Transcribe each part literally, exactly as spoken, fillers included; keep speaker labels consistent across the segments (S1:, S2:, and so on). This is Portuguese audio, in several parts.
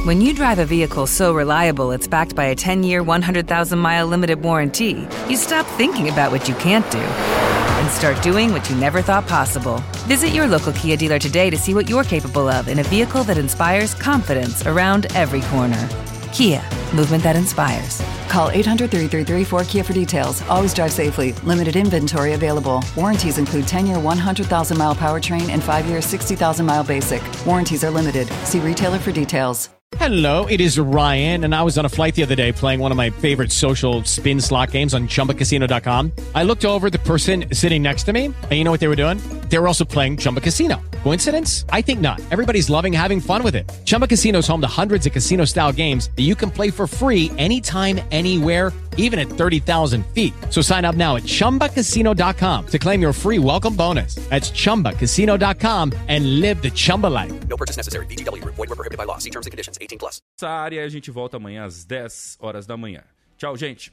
S1: When you drive a vehicle so reliable it's backed by a ten-year, one hundred thousand mile limited warranty, you stop thinking about what you can't do and start doing what you never thought possible. Visit your local Kia dealer today to see what you're capable of in a vehicle that inspires confidence around every corner. Kia, movement that inspires.
S2: Call eight hundred, three three three, four K I A for details. Always drive safely. Limited inventory available. Warranties include ten-year, one hundred thousand mile powertrain and five-year, sixty thousand mile basic. Warranties are limited. See retailer for details.
S3: Hello, it is Ryan, and I was on a flight the other day playing one of my favorite social spin slot games on Chumba Casino dot com. I looked over at the person sitting next to me, and you know what they were doing? They were also playing Chumba Casino. Coincidence? I think not. Everybody's loving having fun with it. Chumba Casino is home to hundreds of casino-style games that you can play for free anytime, anywhere, even at thirty thousand feet. So sign up now at Chumba Casino dot com to claim your free welcome bonus. That's Chumba Casino dot com and live the Chumba life.
S4: No purchase necessary. V G W. Void where prohibited by law. See terms and conditions. eighteen plus.
S5: Essa área a gente volta amanhã às dez horas da manhã. Tchau, gente.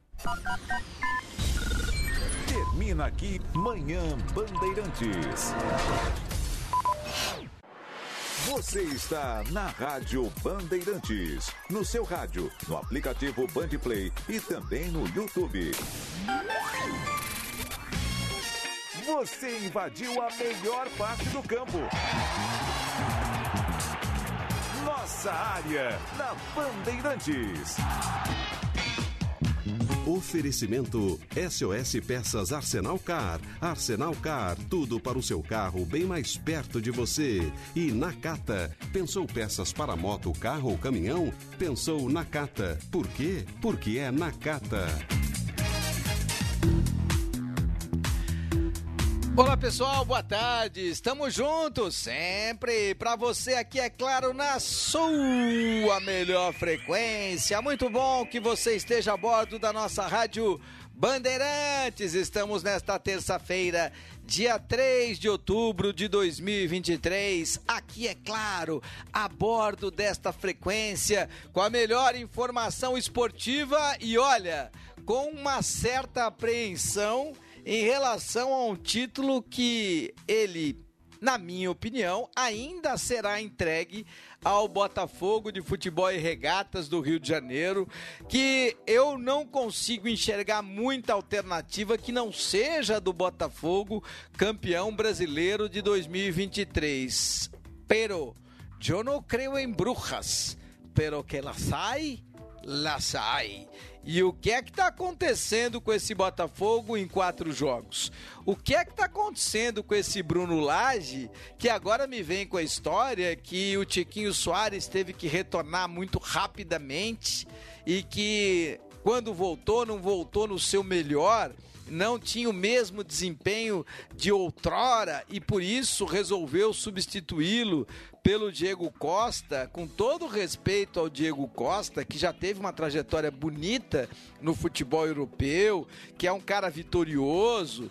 S6: Termina aqui Manhã Bandeirantes. Você está na Rádio Bandeirantes, no seu rádio, no aplicativo Bandplay e também no YouTube. Você invadiu a melhor parte do campo. Nossa área, na Bandeirantes.
S7: Oferecimento S O S Peças Arsenal Car. Arsenal Car, tudo para o seu carro bem mais perto de você. E Nakata, pensou peças para moto, carro ou caminhão? Pensou Nakata. Por quê? Porque é Nakata.
S8: Olá pessoal, boa tarde, estamos juntos sempre para você aqui, é claro, na sua melhor frequência. Muito bom que você esteja a bordo da nossa Rádio Bandeirantes. Estamos nesta terça-feira, dia três de outubro de dois mil e vinte e três, aqui é claro, a bordo desta frequência, com a melhor informação esportiva e olha, com uma certa apreensão em relação a um título que ele, na minha opinião, ainda será entregue ao Botafogo de Futebol e Regatas do Rio de Janeiro, que eu não consigo enxergar muita alternativa que não seja do Botafogo campeão brasileiro de dois mil e vinte e três. Pero eu não creio em bruxas, pero que la sai, la sai. E o que é que está acontecendo com esse Botafogo em quatro jogos? O que é que está acontecendo com esse Bruno Lage, que agora me vem com a história que o Tiquinho Soares teve que retornar muito rapidamente e que quando voltou, não voltou no seu melhor, não tinha o mesmo desempenho de outrora e por isso resolveu substituí-lo pelo Diego Costa, com todo respeito ao Diego Costa, que já teve uma trajetória bonita no futebol europeu, que é um cara vitorioso,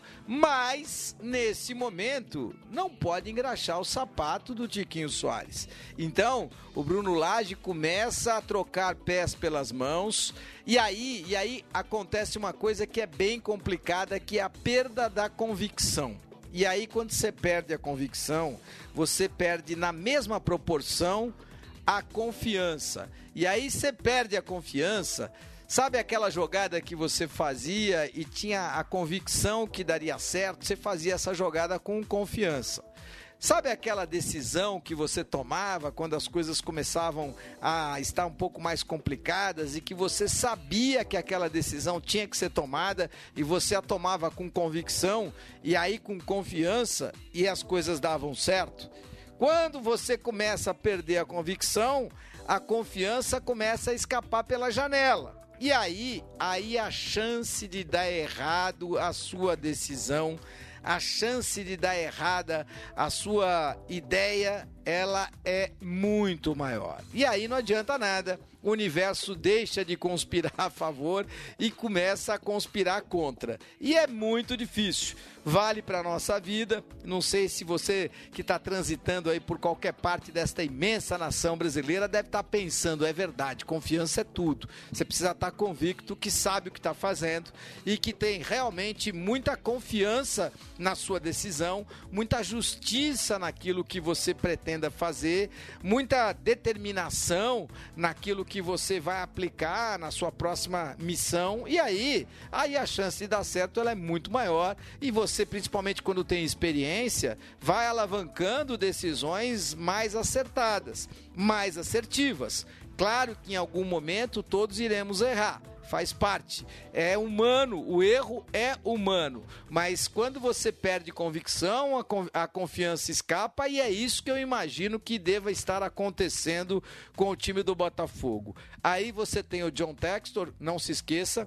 S8: mas nesse momento não pode engraxar o sapato do Tiquinho Soares. Então, o Bruno Lage começa a trocar pés pelas mãos e aí, e aí acontece uma coisa que é bem complicada, que é a perda da convicção. E aí, quando você perde a convicção, você perde na mesma proporção a confiança. E aí você perde a confiança, sabe aquela jogada que você fazia e tinha a convicção que daria certo? Você fazia essa jogada com confiança. Sabe aquela decisão que você tomava quando as coisas começavam a estar um pouco mais complicadas e que você sabia que aquela decisão tinha que ser tomada e você a tomava com convicção e aí com confiança e as coisas davam certo? Quando você começa a perder a convicção, a confiança começa a escapar pela janela. E aí, aí a chance de dar errado a sua decisão, a chance de dar errada a sua ideia, ela é muito maior. E aí não adianta nada, o universo deixa de conspirar a favor e começa a conspirar contra. E é muito difícil. Vale para a nossa vida. Não sei se você que está transitando aí por qualquer parte desta imensa nação brasileira deve estar pensando, é verdade, confiança é tudo. Você precisa estar convicto que sabe o que está fazendo e que tem realmente muita confiança na sua decisão, muita justiça naquilo que você pretende pretenda fazer, muita determinação naquilo que você vai aplicar na sua próxima missão, e aí, aí a chance de dar certo ela é muito maior, e você, principalmente quando tem experiência, vai alavancando decisões mais acertadas, mais assertivas. Claro que em algum momento todos iremos errar, faz parte, é humano, o erro é humano, mas quando você perde convicção, a, con- a confiança escapa, e é isso que eu imagino que deva estar acontecendo com o time do Botafogo. Aí você tem o John Textor, não se esqueça,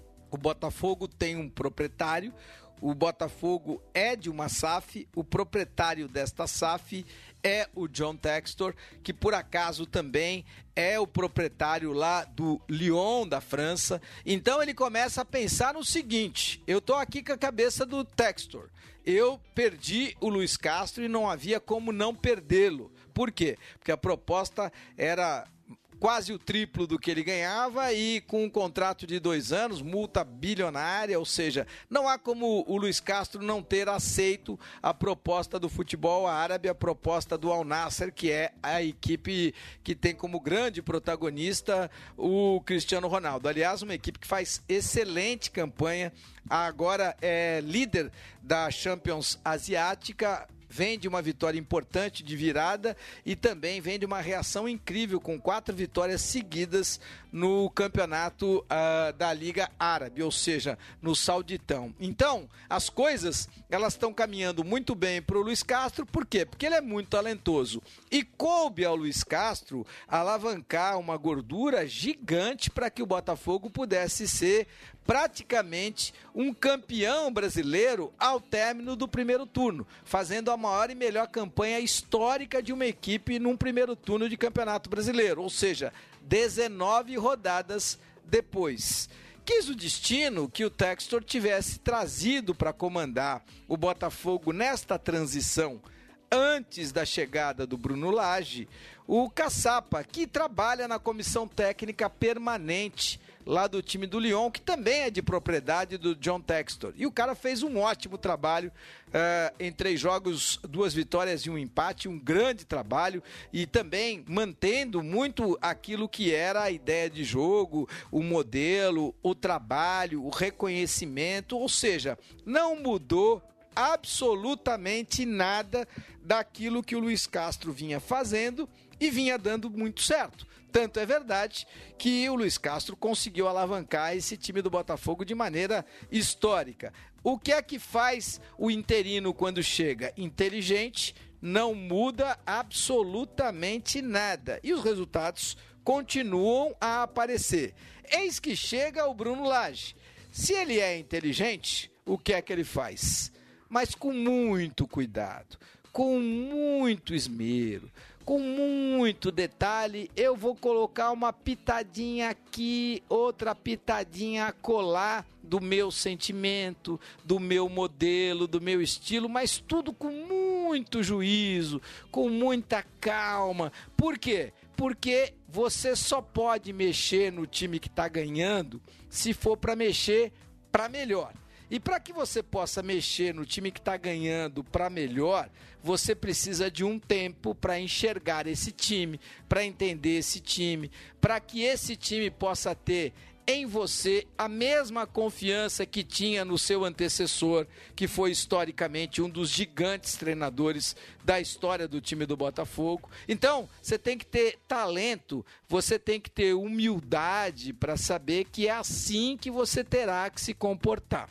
S8: o Botafogo tem um proprietário, o Botafogo é de uma S A F, o proprietário desta S A F é o John Textor, que por acaso também é o proprietário lá do Lyon, da França. Então ele começa a pensar no seguinte: eu tô aqui com a cabeça do Textor, eu perdi o Luiz Castro e não havia como não perdê-lo. Por quê? Porque a proposta era quase o triplo do que ele ganhava e com um contrato de dois anos, multa bilionária, ou seja, não há como o Luiz Castro não ter aceito a proposta do futebol árabe, a proposta do Al Nassr, que é a equipe que tem como grande protagonista o Cristiano Ronaldo. Aliás, uma equipe que faz excelente campanha, agora é líder da Champions Asiática, vem de uma vitória importante de virada e também vem de uma reação incrível com quatro vitórias seguidas no campeonato uh, da Liga Árabe, ou seja, no Sauditão. Então, as coisas elas estão caminhando muito bem para o Luiz Castro, por quê? Porque ele é muito talentoso e coube ao Luiz Castro alavancar uma gordura gigante para que o Botafogo pudesse ser praticamente um campeão brasileiro ao término do primeiro turno, fazendo a maior e melhor campanha histórica de uma equipe num primeiro turno de campeonato brasileiro, ou seja, dezenove rodadas depois. Quis o destino que o Textor tivesse trazido para comandar o Botafogo nesta transição, antes da chegada do Bruno Lage, o Caçapa, que trabalha na comissão técnica permanente lá do time do Lyon, que também é de propriedade do John Textor. E o cara fez um ótimo trabalho uh, em três jogos, duas vitórias e um empate, um grande trabalho, e também mantendo muito aquilo que era a ideia de jogo, o modelo, o trabalho, o reconhecimento, ou seja, não mudou absolutamente nada daquilo que o Luiz Castro vinha fazendo e vinha dando muito certo. Tanto é verdade que o Luiz Castro conseguiu alavancar esse time do Botafogo de maneira histórica. O que é que faz o interino quando chega? Inteligente, não muda absolutamente nada. E os resultados continuam a aparecer. Eis que chega o Bruno Lage. Se ele é inteligente, o que é que ele faz? Mas com muito cuidado, com muito esmero, com muito detalhe, eu vou colocar uma pitadinha aqui, outra pitadinha acolá do meu sentimento, do meu modelo, do meu estilo, mas tudo com muito juízo, com muita calma. Por quê? Porque você só pode mexer no time que está ganhando se for para mexer para melhor. E para que você possa mexer no time que está ganhando para melhor, você precisa de um tempo para enxergar esse time, para entender esse time, para que esse time possa ter em você a mesma confiança que tinha no seu antecessor, que foi historicamente um dos gigantes treinadores da história do time do Botafogo. Então, você tem que ter talento, você tem que ter humildade para saber que é assim que você terá que se comportar.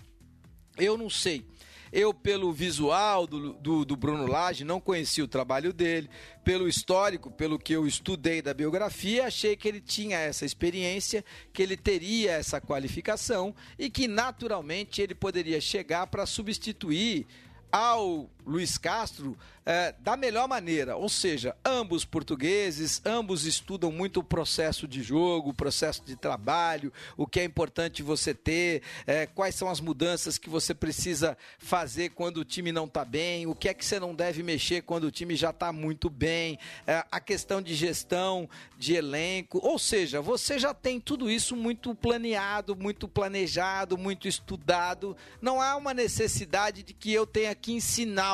S8: Eu não sei, eu pelo visual do, do, do Bruno Lage, não conheci o trabalho dele, pelo histórico, pelo que eu estudei da biografia, achei que ele tinha essa experiência, que ele teria essa qualificação e que naturalmente ele poderia chegar para substituir ao Luiz Castro é, da melhor maneira, ou seja, ambos portugueses, ambos estudam muito o processo de jogo, o processo de trabalho, o que é importante você ter, é, quais são as mudanças que você precisa fazer quando o time não está bem, o que é que você não deve mexer quando o time já está muito bem, é, a questão de gestão, de elenco, ou seja, você já tem tudo isso muito planeado, muito planejado, muito estudado, não há uma necessidade de que eu tenha que ensinar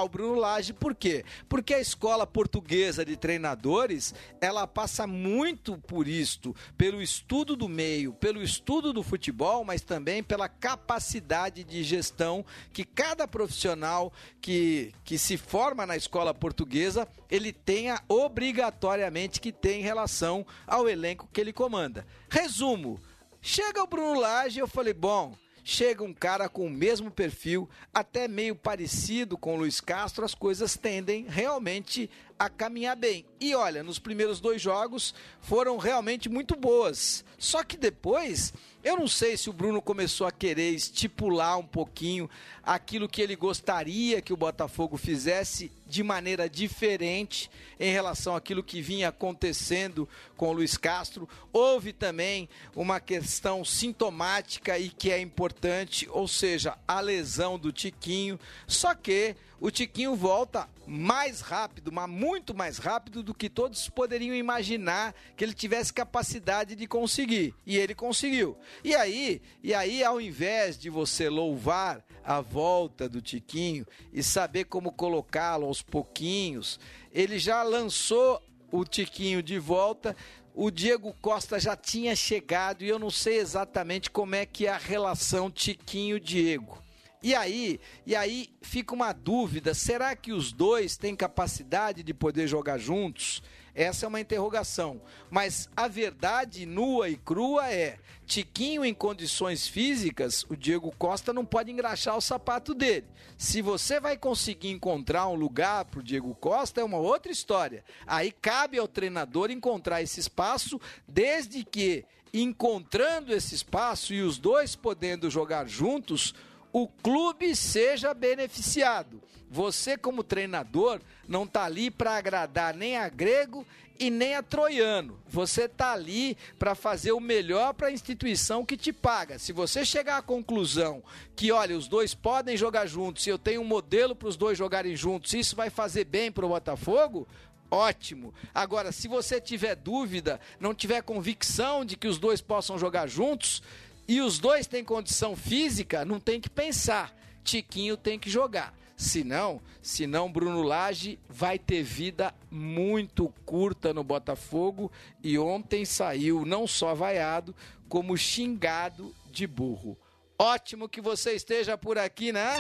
S8: o Bruno Lage. Por quê? Porque a escola portuguesa de treinadores, ela passa muito por isto, pelo estudo do meio, pelo estudo do futebol, mas também pela capacidade de gestão que cada profissional que, que se forma na escola portuguesa, ele tenha obrigatoriamente que ter em relação ao elenco que ele comanda. Resumo, chega o Bruno Lage e eu falei, bom, chega um cara com o mesmo perfil, até meio parecido com o Luiz Castro, as coisas tendem realmente a caminhar bem. E olha, nos primeiros dois jogos foram realmente muito boas. Só que depois, eu não sei se o Bruno começou a querer estipular um pouquinho aquilo que ele gostaria que o Botafogo fizesse de maneira diferente em relação àquilo que vinha acontecendo com o Luiz Castro. Houve também uma questão sintomática e que é importante, ou seja, a lesão do Tiquinho. Só que o Tiquinho volta mais rápido, mas muito mais rápido do que todos poderiam imaginar que ele tivesse capacidade de conseguir. E ele conseguiu. E aí, e aí ao invés de você louvar a volta do Tiquinho e saber como colocá-lo aos pouquinhos, ele já lançou o Tiquinho de volta. O Diego Costa já tinha chegado e eu não sei exatamente como é que é a relação Tiquinho-Diego. E aí, e aí fica uma dúvida, será que os dois têm capacidade de poder jogar juntos? Essa é uma interrogação, mas a verdade nua e crua é, Tiquinho em condições físicas, o Diego Costa não pode engraxar o sapato dele. Se você vai conseguir encontrar um lugar para o Diego Costa, é uma outra história. Aí cabe ao treinador encontrar esse espaço, desde que, encontrando esse espaço e os dois podendo jogar juntos, o clube seja beneficiado. Você, como treinador, não está ali para agradar nem a grego e nem a troiano. Você está ali para fazer o melhor para a instituição que te paga. Se você chegar à conclusão que, olha, os dois podem jogar juntos e eu tenho um modelo para os dois jogarem juntos, isso vai fazer bem para o Botafogo, ótimo. Agora, se você tiver dúvida, não tiver convicção de que os dois possam jogar juntos, e os dois têm condição física, não tem que pensar. Tiquinho tem que jogar. Senão, senão Bruno Lage vai ter vida muito curta no Botafogo. E ontem saiu não só vaiado, como xingado de burro. Ótimo que você esteja por aqui, né?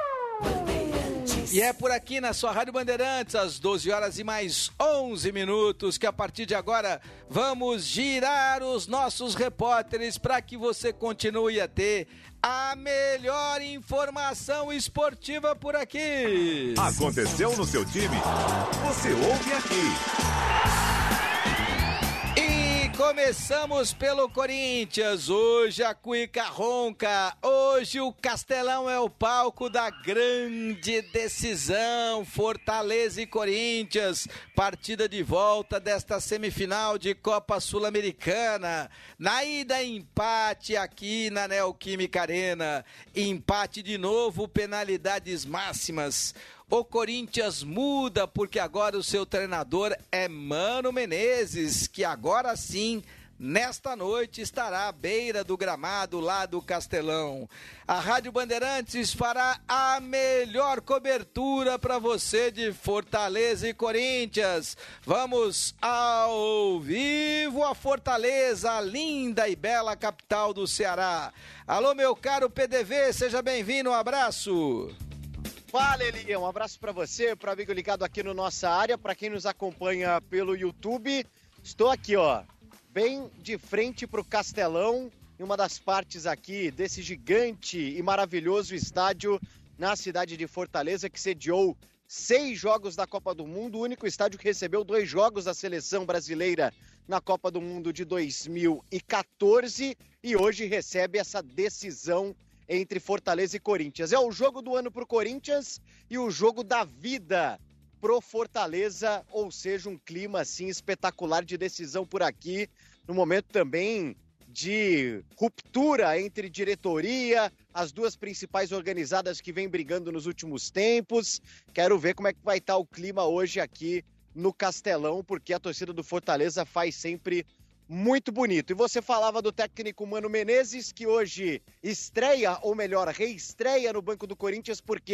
S8: E é por aqui na sua Rádio Bandeirantes, às doze horas e mais onze minutos, que a partir de agora vamos girar os nossos repórteres para que você continue a ter a melhor informação esportiva por aqui.
S6: Aconteceu no seu time? Você ouve aqui.
S8: Começamos pelo Corinthians, hoje a cuica ronca, hoje o Castelão é o palco da grande decisão, Fortaleza e Corinthians, partida de volta desta semifinal de Copa Sul-Americana, na ida empate aqui na Neoquímica Arena, empate de novo, penalidades máximas. O Corinthians muda porque agora o seu treinador é Mano Menezes, que agora sim, nesta noite, estará à beira do gramado lá do Castelão. A Rádio Bandeirantes fará a melhor cobertura para você de Fortaleza e Corinthians. Vamos ao vivo a Fortaleza, a linda e bela capital do Ceará. Alô, meu caro P D V, seja bem-vindo, um abraço.
S9: Fala, Eli, um abraço para você, para o amigo ligado aqui no nossa área, para quem nos acompanha pelo YouTube. Estou aqui, ó, bem de frente para o Castelão, em uma das partes aqui desse gigante e maravilhoso estádio na cidade de Fortaleza, que sediou seis jogos da Copa do Mundo, o único estádio que recebeu dois jogos da seleção brasileira na Copa do Mundo de dois mil e quatorze e hoje recebe essa decisão entre Fortaleza e Corinthians. É o jogo do ano pro Corinthians e o jogo da vida pro Fortaleza, ou seja, um clima assim espetacular de decisão por aqui, no momento também de ruptura entre diretoria, as duas principais organizadas que vêm brigando nos últimos tempos. Quero ver como é que vai estar o clima hoje aqui no Castelão, porque a torcida do Fortaleza faz sempre muito bonito. E você falava do técnico Mano Menezes, que hoje estreia, ou melhor, reestreia no banco do Corinthians, porque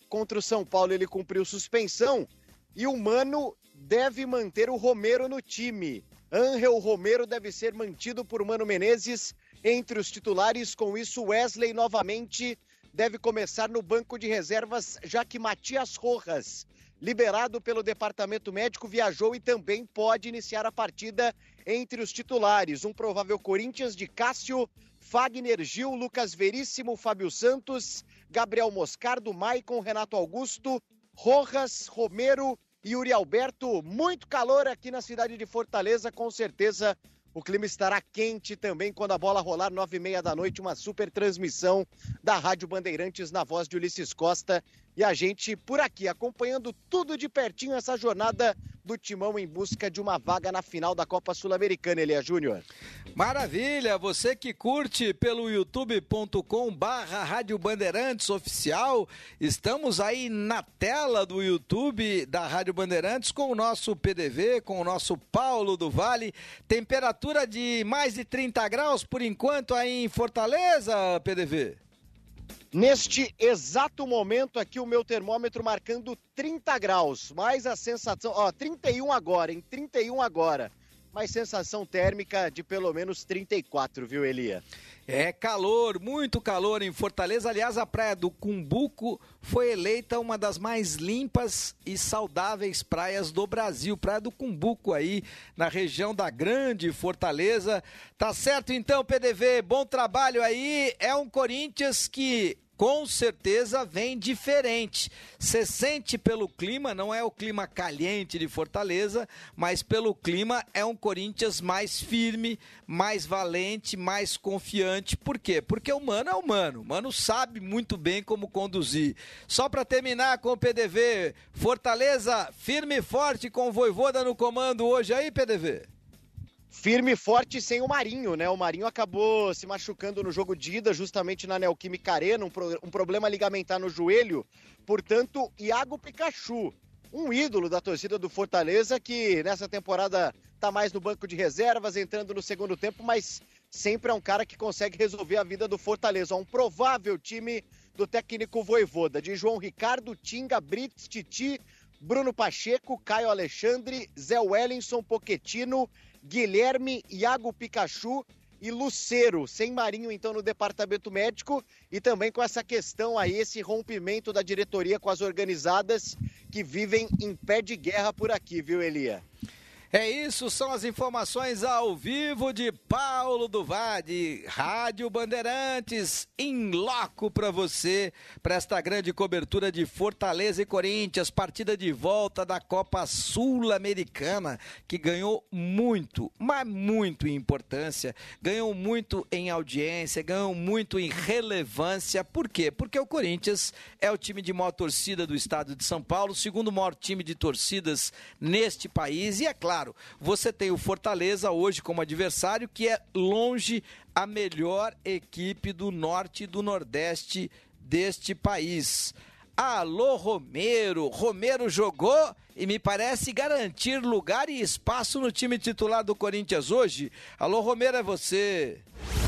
S9: contra o São Paulo ele cumpriu suspensão e o Mano deve manter o Romero no time. Ángel Romero deve ser mantido por Mano Menezes entre os titulares. Com isso, Wesley novamente deve começar no banco de reservas, já que Matias Rojas, liberado pelo departamento médico, viajou e também pode iniciar a partida entre os titulares. Um provável Corinthians de Cássio, Fagner, Gil, Lucas Veríssimo, Fábio Santos, Gabriel Moscardo, Maicon, Renato Augusto, Rojas, Romero e Yuri Alberto. Muito calor aqui na cidade de Fortaleza, com certeza o clima estará quente também quando a bola rolar, nove e meia da noite, uma super transmissão da Rádio Bandeirantes na voz de Ulisses Costa. E a gente por aqui, acompanhando tudo de pertinho essa jornada do Timão em busca de uma vaga na final da Copa Sul-Americana, Elia Júnior.
S8: Maravilha, você que curte pelo youtube ponto com barra Rádio Bandeirantes Oficial, estamos aí na tela do YouTube da Rádio Bandeirantes com o nosso P D V, com o nosso Paulo do Vale, temperatura de mais de trinta graus por enquanto aí em Fortaleza, P D V.
S9: Neste exato momento aqui, o meu termômetro marcando trinta graus, mais a sensação, ó, trinta e um agora, em trinta e um agora, mas sensação térmica de pelo menos trinta e quatro, viu, Elia?
S8: É calor, muito calor em Fortaleza. Aliás, a Praia do Cumbuco foi eleita uma das mais limpas e saudáveis praias do Brasil. Praia do Cumbuco aí, na região da Grande Fortaleza. Tá certo então, P D V, bom trabalho aí. É um Corinthians que com certeza vem diferente. Você sente pelo clima, não é o clima caliente de Fortaleza, mas pelo clima é um Corinthians mais firme, mais valente, mais confiante. Por quê? Porque o Mano é o Mano. O Mano sabe muito bem como conduzir. Só para terminar com o P D V, Fortaleza firme e forte com o Vojvoda no comando hoje aí, P D V?
S9: Firme e forte sem o Marinho, né? O Marinho acabou se machucando no jogo de ida, justamente na Neoquímica Arena, um, pro, um problema ligamentar no joelho. Portanto, Iago Pikachu, um ídolo da torcida do Fortaleza, que nessa temporada tá mais no banco de reservas, entrando no segundo tempo, mas sempre é um cara que consegue resolver a vida do Fortaleza. Um provável time do técnico Vojvoda, de João Ricardo, Tinga, Brits, Titi, Bruno Pacheco, Caio Alexandre, Zé Wellington, Pochettino, Guilherme, Iago Pikachu e Lucero, sem Marinho então no departamento médico, e também com essa questão aí, esse rompimento da diretoria com as organizadas que vivem em pé de guerra por aqui, viu, Elia?
S8: É isso, são as informações ao vivo de Paulo do Vale, Rádio Bandeirantes, em loco para você, para esta grande cobertura de Fortaleza e Corinthians, partida de volta da Copa Sul-Americana, que ganhou muito, mas muito em importância, ganhou muito em audiência, ganhou muito em relevância. Por quê? Porque o Corinthians é o time de maior torcida do estado de São Paulo, o segundo maior time de torcidas neste país, e é claro, Claro, você tem o Fortaleza hoje como adversário, que é longe a melhor equipe do norte e do nordeste deste país. Alô, Romero. Romero jogou e me parece garantir lugar e espaço no time titular do Corinthians hoje. Alô, Romero, é você.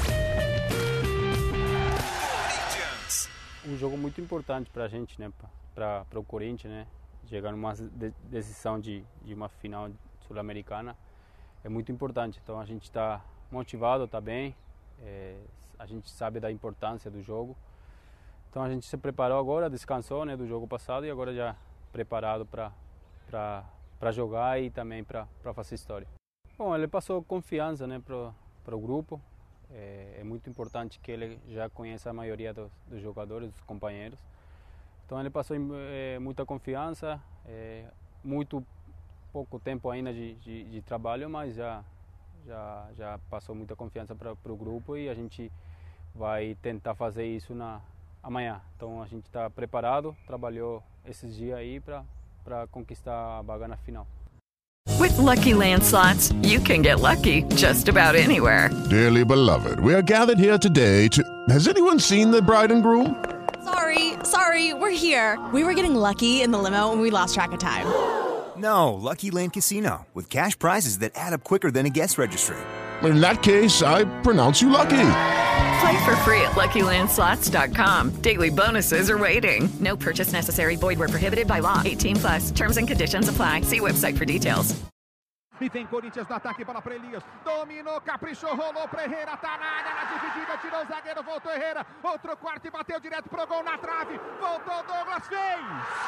S10: Um jogo muito importante para a gente, né? Para o Corinthians, né? Chegar numa decisão de, de uma final sul-americana é muito importante. Então a gente está motivado, está bem, é, a gente sabe da importância do jogo. Então a gente se preparou agora, descansou, né, do jogo passado, e agora já preparado para para jogar e também para fazer história. Bom, ele passou confiança, né, para o grupo. É, é muito importante que ele já conheça a maioria dos, dos jogadores, dos companheiros. Então ele passou é, muita confiança, é, muito pouco tempo ainda de, de, de trabalho, mas já, já, já passou muita confiança para o grupo, e a gente vai tentar fazer isso na, amanhã. Então a gente está preparado, trabalhou esses dias aí para conquistar a vaga na final.
S11: With Lucky Land Slots, you can get lucky just about anywhere.
S12: Dearly beloved, we are gathered here today to... Has anyone seen the bride and groom?
S13: Sorry, sorry, we're here. We were getting lucky in the limo and we lost track of time.
S14: No, Lucky Land Casino, with cash prizes that add up quicker than a guest registry.
S12: In that case, I pronounce you lucky.
S11: Play for free at lucky land slots dot com. Daily bonuses are waiting. No purchase necessary. Void where prohibited by law. eighteen plus. Terms and conditions apply. See website for details.
S15: E tem Corinthians no ataque, bola para Elias. Dominou, caprichou, rolou para Herrera. Tá na área, na dividida, tirou o zagueiro, voltou Herrera. Outro quarto e bateu direto pro gol na trave. Voltou Douglas, fez!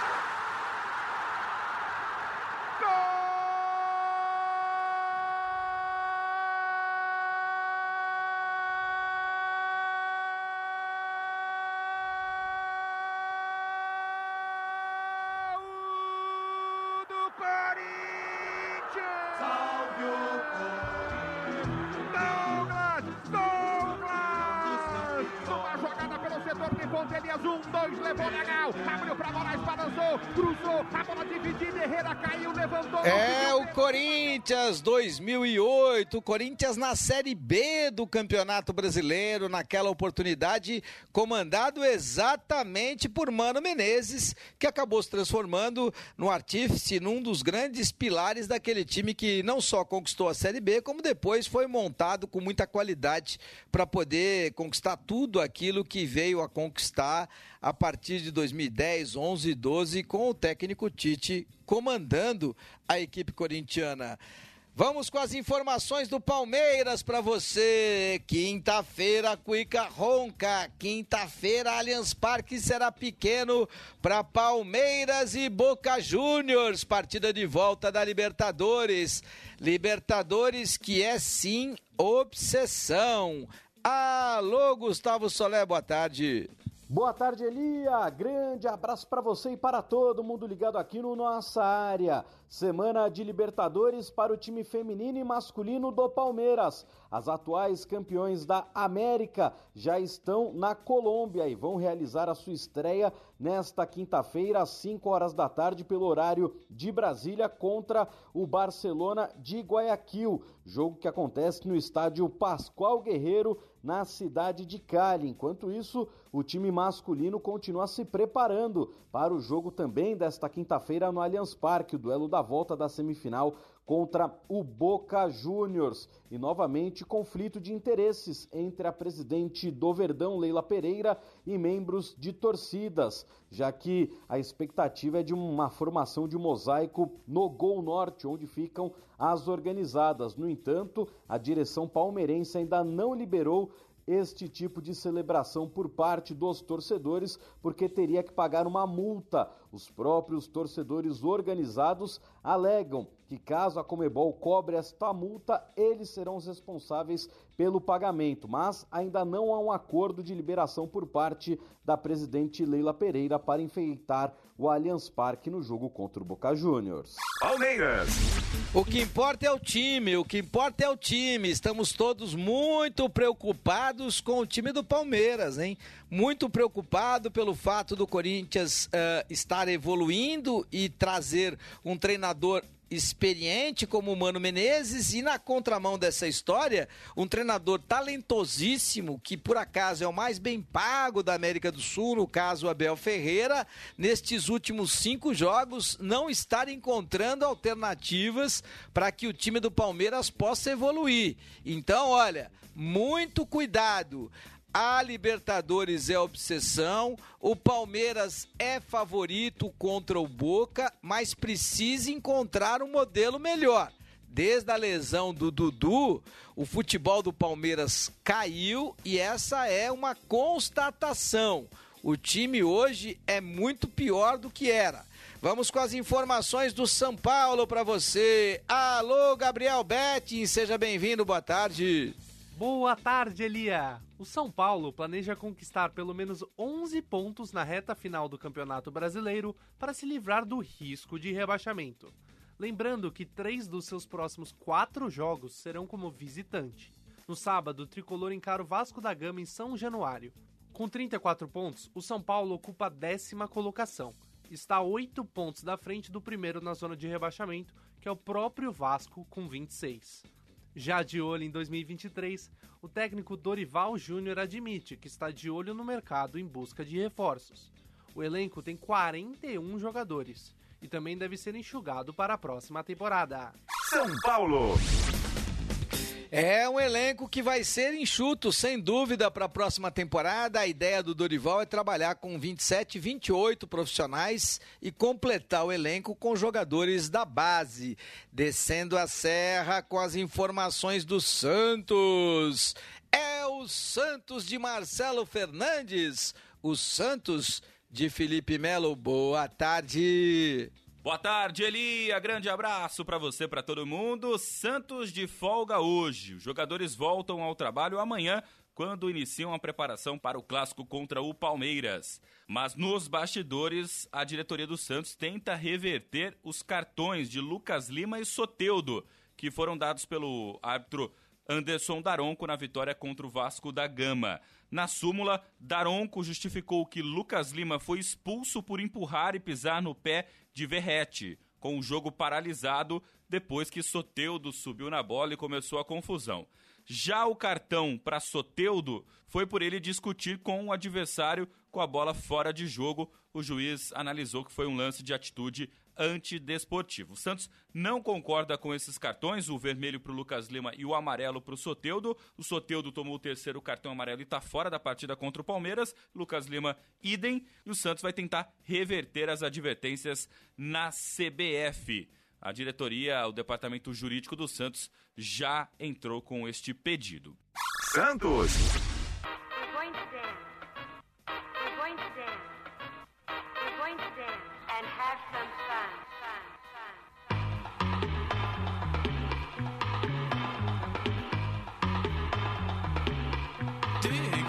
S15: Gol! Elias, um, dois, levou legal, abriu pra Moraes, balançou, cruzou, a bola dividida, Herrera caiu, levantou.
S8: É o Corinthians dois mil e oito, o Corinthians na Série B do Campeonato Brasileiro, naquela oportunidade, comandado exatamente por Mano Menezes, que acabou se transformando no artífice, num dos grandes pilares daquele time que não só conquistou a Série B, como depois foi montado com muita qualidade para poder conquistar tudo aquilo que veio a conquistar a partir de dois mil e dez, onze, doze, com o técnico Tite comandando a equipe corintiana. Vamos com as informações do Palmeiras para você. Quinta-feira, Cuica ronca. Quinta-feira, Allianz Parque será pequeno para Palmeiras e Boca Juniors. Partida de volta da Libertadores. Libertadores que é sim obsessão. Alô, Gustavo Solé, boa tarde.
S16: Boa tarde, Elia. Grande abraço para você e para todo mundo ligado aqui no Nossa Área. Semana de Libertadores para o time feminino e masculino do Palmeiras. As atuais campeões da América já estão na Colômbia e vão realizar a sua estreia nesta quinta-feira, às cinco horas da tarde, pelo horário de Brasília, contra o Barcelona de Guayaquil. Jogo que acontece no estádio Pascoal Guerreiro, na cidade de Cali. Enquanto isso, o time masculino continua se preparando para o jogo também desta quinta-feira no Allianz Parque, o duelo da volta da semifinal contra o Boca Juniors. E novamente conflito de interesses entre a presidente do Verdão, Leila Pereira, e membros de torcidas, já que a expectativa é de uma formação de mosaico no Gol Norte, onde ficam as organizadas. No entanto, a direção palmeirense ainda não liberou este tipo de celebração por parte dos torcedores, porque teria que pagar uma multa. Os próprios torcedores organizados alegam que caso a Conmebol cobre esta multa, eles serão os responsáveis pelo pagamento, mas ainda não há um acordo de liberação por parte da presidente Leila Pereira para enfeitar o Allianz Parque no jogo contra o Boca Juniors.
S8: Palmeiras. O que importa é o time, o que importa é o time. Estamos todos muito preocupados com o time do Palmeiras, hein? Muito preocupado pelo fato do Corinthians uh, estar evoluindo e trazer um treinador experiente como o Mano Menezes, e na contramão dessa história, um treinador talentosíssimo, que por acaso é o mais bem pago da América do Sul, no caso Abel Ferreira, nestes últimos cinco jogos não estar encontrando alternativas para que o time do Palmeiras possa evoluir. Então, olha, muito cuidado. A Libertadores é obsessão, o Palmeiras é favorito contra o Boca, mas precisa encontrar um modelo melhor. Desde a lesão do Dudu, o futebol do Palmeiras caiu e essa é uma constatação. O time hoje é muito pior do que era. Vamos com as informações do São Paulo para você. Alô, Gabriel Betting, seja bem-vindo, boa tarde.
S17: Boa tarde, Elia. O São Paulo planeja conquistar pelo menos onze pontos na reta final do Campeonato Brasileiro para se livrar do risco de rebaixamento. Lembrando que três dos seus próximos quatro jogos serão como visitante. No sábado, o tricolor encara o Vasco da Gama em São Januário. Com trinta e quatro pontos, o São Paulo ocupa a décima colocação. Está a oito pontos da frente do primeiro na zona de rebaixamento, que é o próprio Vasco, com vinte e seis. Já de olho em dois mil e vinte e três, o técnico Dorival Júnior admite que está de olho no mercado em busca de reforços. O elenco tem quarenta e um jogadores e também deve ser enxugado para a próxima temporada.
S8: São Paulo. É um elenco que vai ser enxuto, sem dúvida, para a próxima temporada. A ideia do Dorival é trabalhar com vinte e sete, vinte e oito profissionais e completar o elenco com jogadores da base. Descendo a serra com as informações do Santos. É o Santos de Marcelo Fernandes, o Santos de Felipe Melo. Boa tarde.
S5: Boa tarde, Elia. Grande abraço para você, para todo mundo. Santos de folga hoje. Os jogadores voltam ao trabalho amanhã, quando iniciam a preparação para o clássico contra o Palmeiras. Mas nos bastidores, a diretoria do Santos tenta reverter os cartões de Lucas Lima e Soteldo, que foram dados pelo árbitro Anderson Daronco na vitória contra o Vasco da Gama. Na súmula, Daronco justificou que Lucas Lima foi expulso por empurrar e pisar no pé de Verratti, com o jogo paralisado depois que Soteldo subiu na bola e começou a confusão. Já o cartão para Soteldo foi por ele discutir com o adversário com a bola fora de jogo. O juiz analisou que foi um lance de atitude antidesportivo. O Santos não concorda com esses cartões, o vermelho para o Lucas Lima e o amarelo para o Soteldo. O Soteldo tomou o terceiro cartão amarelo e está fora da partida contra o Palmeiras. Lucas Lima, idem. E o Santos vai tentar reverter as advertências na C B F. A diretoria, o departamento jurídico do Santos já entrou com este pedido.
S6: Santos!
S18: We're going to dance. We're going to dance. We're going to dance and have some fun. Fun, fun, fun.
S5: Dig!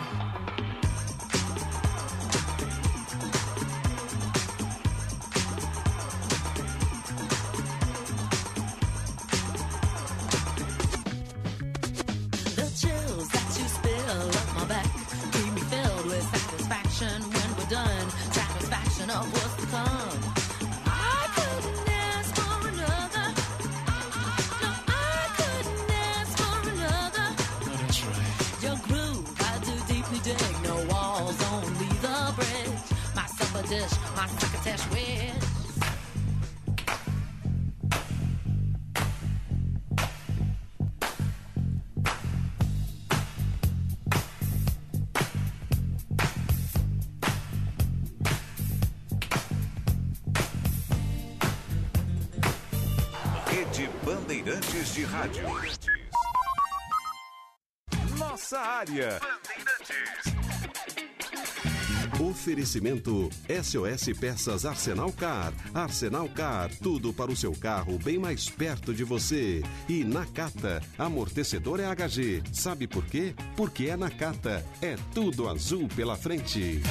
S19: When we're done, satisfaction of what's to come. I couldn't ask for another. No, I couldn't ask for another.
S20: Oh, that's right.
S19: Your groove, I do deeply dig. No walls, only the bridge. My supper dish, my crocketesh wish.
S6: Bandeirantes de Rádio. Nossa área.
S7: Oferecimento S O S Peças Arsenal Car. Arsenal Car, tudo para o seu carro bem mais perto de você. E Nakata, amortecedor é H G. Sabe por quê? Porque é Nakata. É tudo azul pela frente.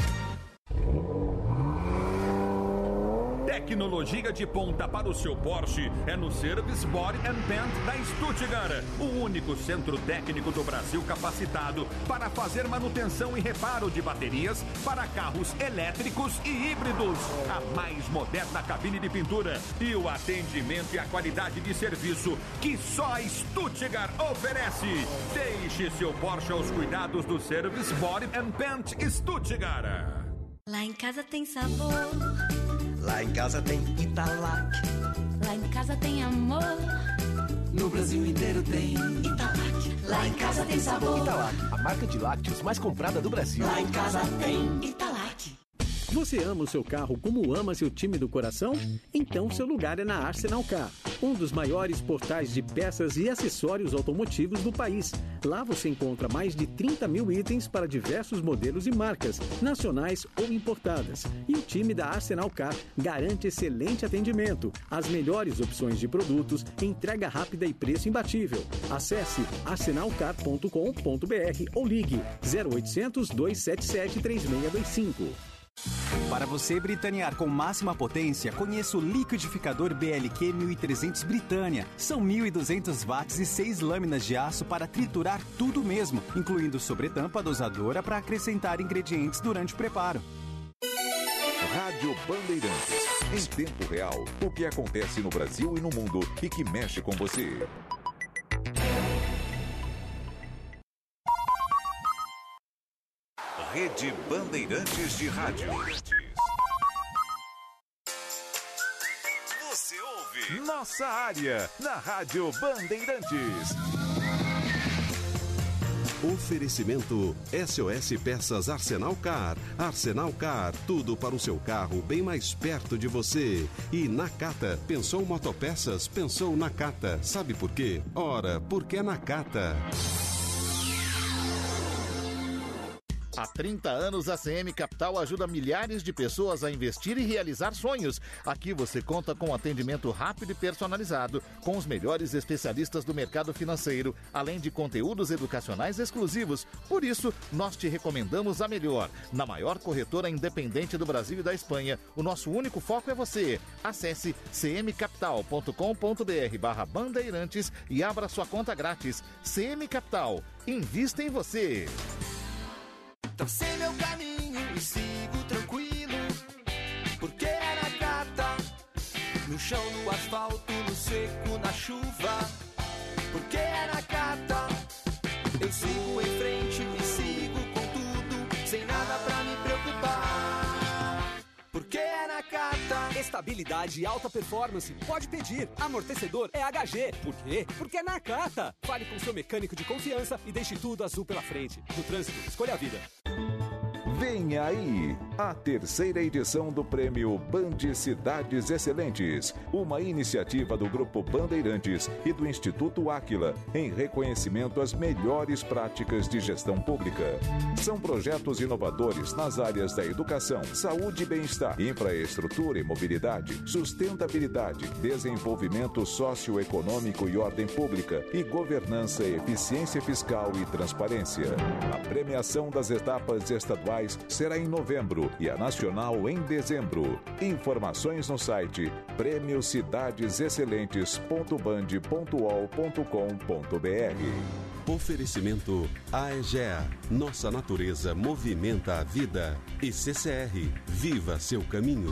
S21: Tecnologia de ponta para o seu Porsche é no Service Body and Paint da Stuttgart, o único centro técnico do Brasil capacitado para fazer manutenção e reparo de baterias para carros elétricos e híbridos. A mais moderna cabine de pintura e o atendimento e a qualidade de serviço que só a Stuttgart oferece. Deixe seu Porsche aos cuidados do Service Body and Paint Stuttgart.
S19: Lá em casa tem sabor.
S22: Lá em casa tem Italac.
S19: Lá em casa tem amor.
S22: No Brasil inteiro tem Italac.
S19: Lá em casa tem sabor.
S22: Italac, a marca de lácteos mais comprada do Brasil.
S19: Lá em casa tem Italac.
S23: Você ama o seu carro como ama seu time do coração? Então seu lugar é na Arsenal Car, um dos maiores portais de peças e acessórios automotivos do país. Lá você encontra mais de trinta mil itens para diversos modelos e marcas, nacionais ou importadas. E o time da Arsenal Car garante excelente atendimento, as melhores opções de produtos, entrega rápida e preço imbatível. Acesse arsenal car ponto com ponto b r ou ligue zero oitocentos, dois sete sete, três seis dois cinco.
S14: Para você britanear com máxima potência, conheça o liquidificador B L Q mil e trezentos Britânia. São mil e duzentos watts e seis lâminas de aço para triturar tudo mesmo, incluindo sobretampa dosadora para acrescentar ingredientes durante o preparo.
S6: Rádio Bandeirantes. Em tempo real, o que acontece no Brasil e no mundo e que mexe com você. Rede Bandeirantes de Rádio. Você ouve Nossa Área, na Rádio Bandeirantes.
S7: Oferecimento S O S Peças Arsenal Car. Arsenal Car, tudo para o seu carro bem mais perto de você. E Nakata, pensou motopeças, pensou Nakata. Sabe por quê? Ora, porque é Nakata.
S1: Há trinta anos, a C M Capital ajuda milhares de pessoas a investir e realizar sonhos. Aqui você conta com atendimento rápido e personalizado, com os melhores especialistas do mercado financeiro, além de conteúdos educacionais exclusivos. Por isso, nós te recomendamos a melhor. Na maior corretora independente do Brasil e da Espanha, o nosso único foco é você. Acesse cmcapital.com.br barra bandeirantes e abra sua conta grátis. C M Capital, invista em você.
S19: Tracei meu caminho e sigo tranquilo, porque é Nakata. No chão, no asfalto, no seco, na chuva, porque é Nakata. Eu sigo em frente e sigo com tudo, sem nada pra me preocupar, porque é Nakata.
S22: Estabilidade e alta performance, pode pedir. Amortecedor é H G. Por quê? Porque é Nakata. Fale com seu mecânico de confiança e deixe tudo azul pela frente. No trânsito, escolha a vida.
S6: Vem aí a terceira edição do Prêmio Band Cidades Excelentes, uma iniciativa do Grupo Bandeirantes e do Instituto Áquila, em reconhecimento às melhores práticas de gestão pública. São projetos inovadores nas áreas da educação, saúde e bem-estar, infraestrutura e mobilidade, sustentabilidade, desenvolvimento socioeconômico e ordem pública, e governança, eficiência fiscal e transparência. A premiação das etapas estaduais será em novembro e a nacional em dezembro. Informações no site prêmio cidades excelentes ponto band ponto u o l ponto com ponto b r.
S7: Oferecimento AEGEA. Nossa natureza movimenta a vida. E C C R. Viva seu caminho.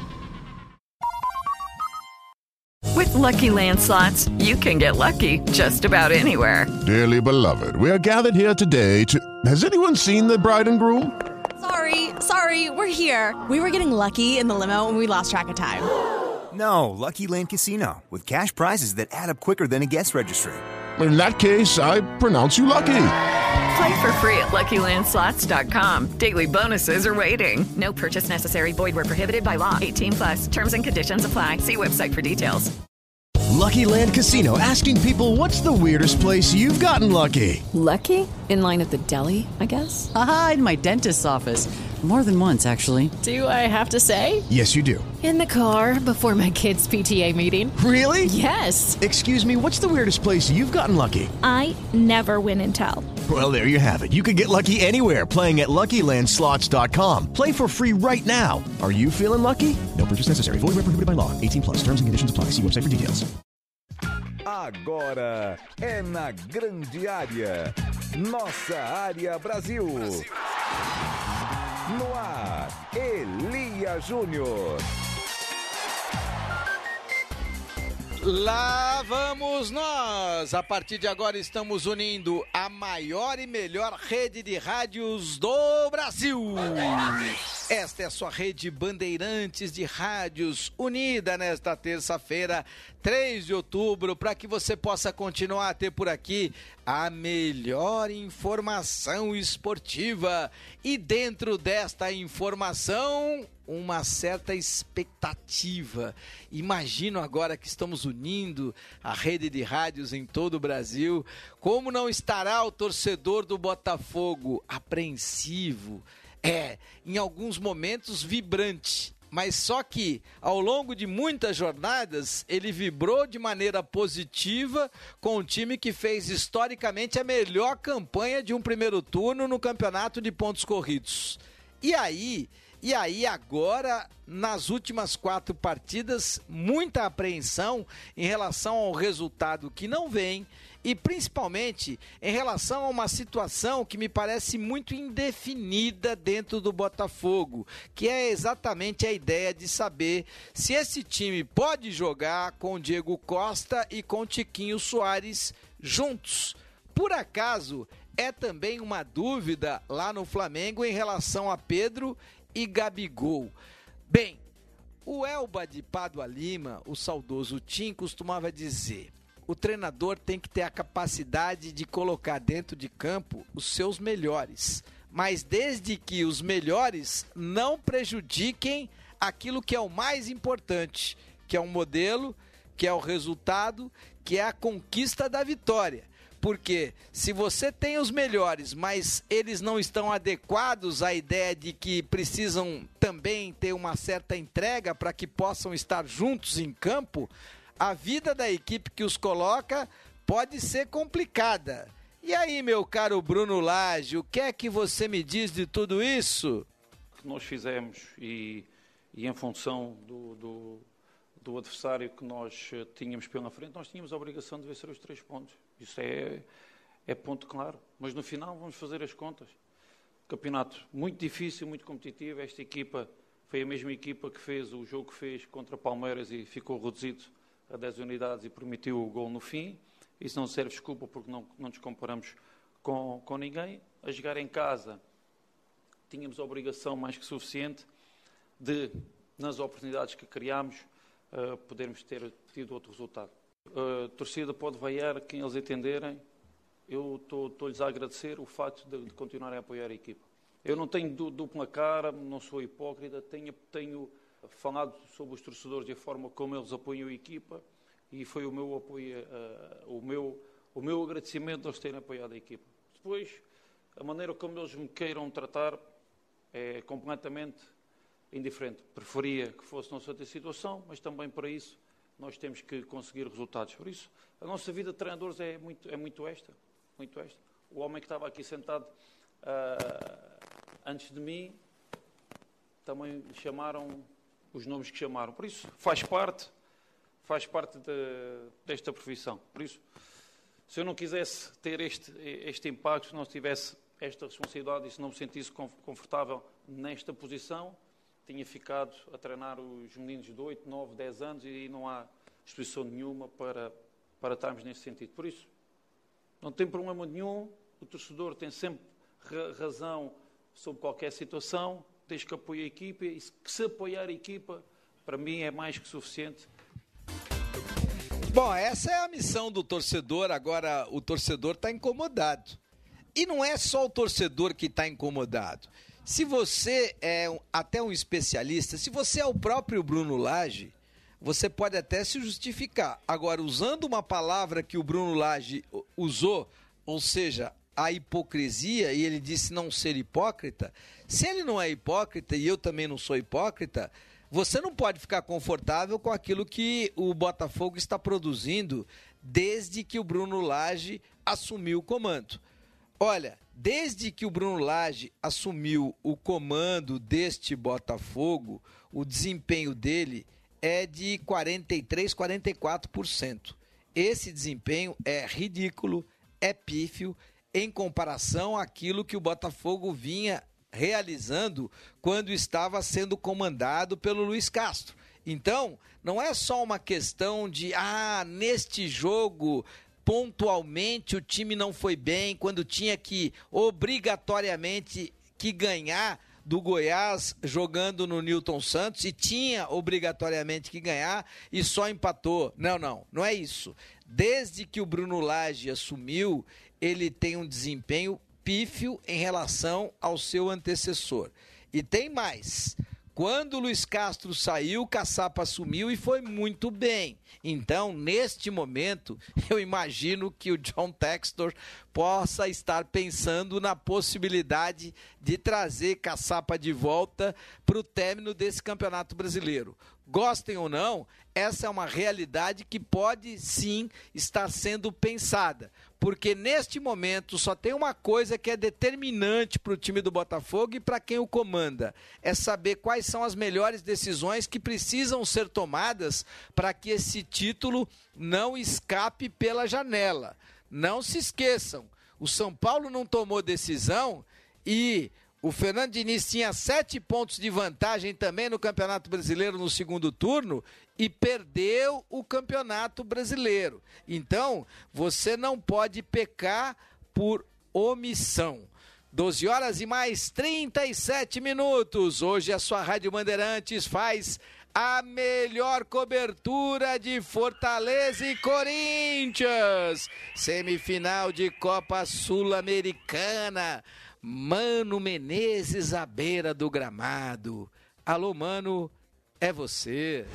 S11: With Lucky Land Slots, you can get lucky just about anywhere.
S12: Dearly beloved, we are gathered here today to... Has anyone seen the bride and groom?
S13: Sorry, sorry, we're here. We were getting lucky in the limo and we lost track of time.
S2: No, Lucky Land Casino, with cash prizes that add up quicker than a guest registry.
S12: In that case, I pronounce you lucky.
S11: Play for free at lucky land slots dot com. Daily bonuses are waiting. No purchase necessary. Void where prohibited by law. eighteen plus. Terms and conditions apply. See website for details.
S22: Lucky Land Casino, asking people, what's the weirdest place you've gotten lucky?
S20: Lucky? In line at the deli, I guess?
S24: Aha, in my dentist's office. More than once, actually.
S20: Do I have to say?
S22: Yes, you do.
S20: In the car before my kids' P T A meeting.
S22: Really?
S20: Yes.
S22: Excuse me, what's the weirdest place you've gotten lucky?
S25: I never win and tell.
S22: Well, there you have it. You can get lucky anywhere, playing at lucky land slots dot com. Play for free right now. Are you feeling lucky? No purchase necessary. Void where prohibited by law. eighteen plus. Terms and conditions apply. See website for details.
S6: Agora é na grande área. Nossa Área Brasil. Brasil. No ar, Elia Júnior.
S8: Lá vamos nós! A partir de agora estamos unindo a maior e melhor rede de rádios do Brasil. Esta é a sua rede Bandeirantes de Rádios, unida nesta terça-feira, três de outubro, para que você possa continuar a ter por aqui a melhor informação esportiva. E dentro desta informação, uma certa expectativa. Imagino agora que estamos unindo a rede de rádios em todo o Brasil. Como não estará o torcedor do Botafogo apreensivo? É, em alguns momentos vibrante. Mas só que, ao longo de muitas jornadas, ele vibrou de maneira positiva com um time que fez historicamente a melhor campanha de um primeiro turno no campeonato de pontos corridos. E aí... E aí agora, nas últimas quatro partidas, muita apreensão em relação ao resultado que não vem e principalmente em relação a uma situação que me parece muito indefinida dentro do Botafogo, que é exatamente a ideia de saber se esse time pode jogar com Diego Costa e com Tiquinho Soares juntos. Por acaso, é também uma dúvida lá no Flamengo em relação a Pedro e Gabigol. Bem, o Elba de Pádua Lima, o saudoso Tim, costumava dizer: o treinador tem que ter a capacidade de colocar dentro de campo os seus melhores, mas desde que os melhores não prejudiquem aquilo que é o mais importante, que é o modelo, que é o resultado, que é a conquista da vitória. Porque se você tem os melhores, mas eles não estão adequados à ideia de que precisam também ter uma certa entrega para que possam estar juntos em campo, a vida da equipe que os coloca pode ser complicada. E aí, meu caro Bruno Lage, o que é que você me diz de tudo isso?
S3: Que nós fizemos e, e em função do, do, do adversário que nós tínhamos pela frente, nós tínhamos a obrigação de vencer os três pontos. Isso é, é ponto claro. Mas no final vamos fazer as contas. Campeonato muito difícil, muito competitivo. Esta equipa foi a mesma equipa que fez o jogo que fez contra Palmeiras e ficou reduzido a dez unidades e permitiu o gol no fim. Isso não serve desculpa porque não, não nos comparamos com, com ninguém. A jogar em casa tínhamos a obrigação mais que suficiente de, nas oportunidades que criámos, uh, podermos ter tido outro resultado. A torcida pode vaiar quem eles entenderem. Eu estou-lhes a agradecer o facto de, de continuarem a apoiar a equipa. Eu não tenho dupla cara, não sou hipócrita, tenho, tenho falado sobre os torcedores e a forma como eles apoiam a equipa e foi o meu apoio, uh, o, meu, o meu agradecimento a eles terem apoiado a equipa. Depois, a maneira como eles me queiram tratar é completamente indiferente. Preferia que fosse não outra situação, mas também para isso nós temos que conseguir resultados. Por isso, a nossa vida de treinadores é muito, é muito esta, muito esta. O homem que estava aqui sentado uh, antes de mim, também lhe chamaram os nomes que chamaram. Por isso, faz parte, faz parte de, desta profissão. Por isso, se eu não quisesse ter este, este impacto, se não tivesse esta responsabilidade e se não me sentisse confortável nesta posição, tinha ficado a treinar os meninos de oito, nove, dez anos e não há exposição nenhuma para, para estarmos nesse sentido. Por isso, não tem problema nenhum, o torcedor tem sempre ra- razão sobre qualquer situação, desde que apoie a equipa e se, se apoiar a equipa, para mim é mais que suficiente.
S8: Bom, essa é a missão do torcedor, agora o torcedor está incomodado. E não é só o torcedor que está incomodado. Se você é um, até um especialista, se você é o próprio Bruno Lage, você pode até se justificar. Agora, usando uma palavra que o Bruno Lage usou, ou seja, a hipocrisia, e ele disse não ser hipócrita, se ele não é hipócrita e eu também não sou hipócrita, você não pode ficar confortável com aquilo que o Botafogo está produzindo desde que o Bruno Lage assumiu o comando. Olha, desde que o Bruno Lage assumiu o comando deste Botafogo, o desempenho dele é de quarenta e três, quarenta e quatro por cento. Esse desempenho é ridículo, é pífio, em comparação àquilo que o Botafogo vinha realizando quando estava sendo comandado pelo Luiz Castro. Então, não é só uma questão de, ah, neste jogo pontualmente o time não foi bem, quando tinha que obrigatoriamente que ganhar do Goiás jogando no Newton Santos e tinha obrigatoriamente que ganhar e só empatou. Não, não, não é isso. Desde que o Bruno Lage assumiu, ele tem um desempenho pífio em relação ao seu antecessor. E tem mais. Quando o Luiz Castro saiu, o Caçapa assumiu e foi muito bem. Então, neste momento, eu imagino que o John Textor possa estar pensando na possibilidade de trazer Caçapa de volta para o término desse Campeonato Brasileiro. Gostem ou não, essa é uma realidade que pode sim estar sendo pensada. Porque neste momento só tem uma coisa que é determinante para o time do Botafogo e para quem o comanda. É saber quais são as melhores decisões que precisam ser tomadas para que esse título não escape pela janela. Não se esqueçam, o São Paulo não tomou decisão e o Fernando Diniz tinha sete pontos de vantagem também no Campeonato Brasileiro no segundo turno e perdeu o Campeonato Brasileiro. Então, você não pode pecar por omissão. doze horas e mais trinta e sete minutos. Hoje a sua Rádio Bandeirantes faz A melhor cobertura de Fortaleza e Corinthians. Semifinal de Copa Sul-Americana. Mano Menezes à beira do gramado. Alô, Mano, é você.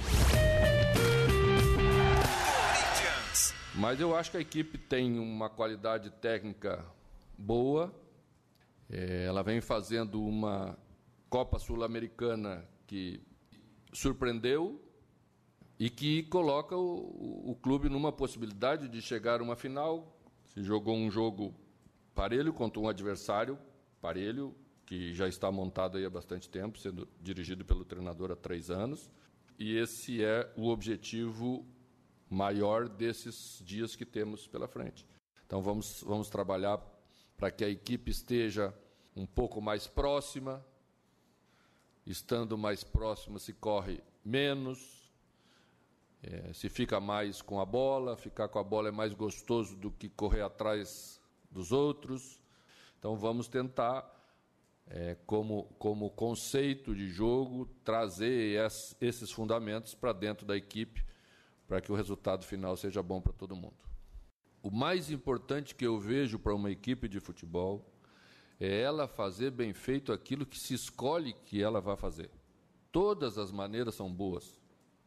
S4: Mas eu acho que a equipe tem uma qualidade técnica boa. É, ela vem fazendo uma Copa Sul-Americana que surpreendeu e que coloca o, o clube numa possibilidade de chegar a uma final. Se jogou um jogo parelho contra um adversário parelho, que já está montado aí há bastante tempo, sendo dirigido pelo treinador há três anos. E esse é o objetivo maior desses dias que temos pela frente. Então vamos, vamos trabalhar para que a equipe esteja um pouco mais próxima. Estando mais próxima, se corre menos, é, se fica mais com a bola. Ficar com a bola é mais gostoso do que correr atrás dos outros. Então vamos tentar, é, como, como conceito de jogo, trazer es, esses fundamentos para dentro da equipe, para que o resultado final seja bom para todo mundo. O mais importante que eu vejo para uma equipe de futebol é ela fazer bem feito aquilo que se escolhe que ela vai fazer. Todas as maneiras são boas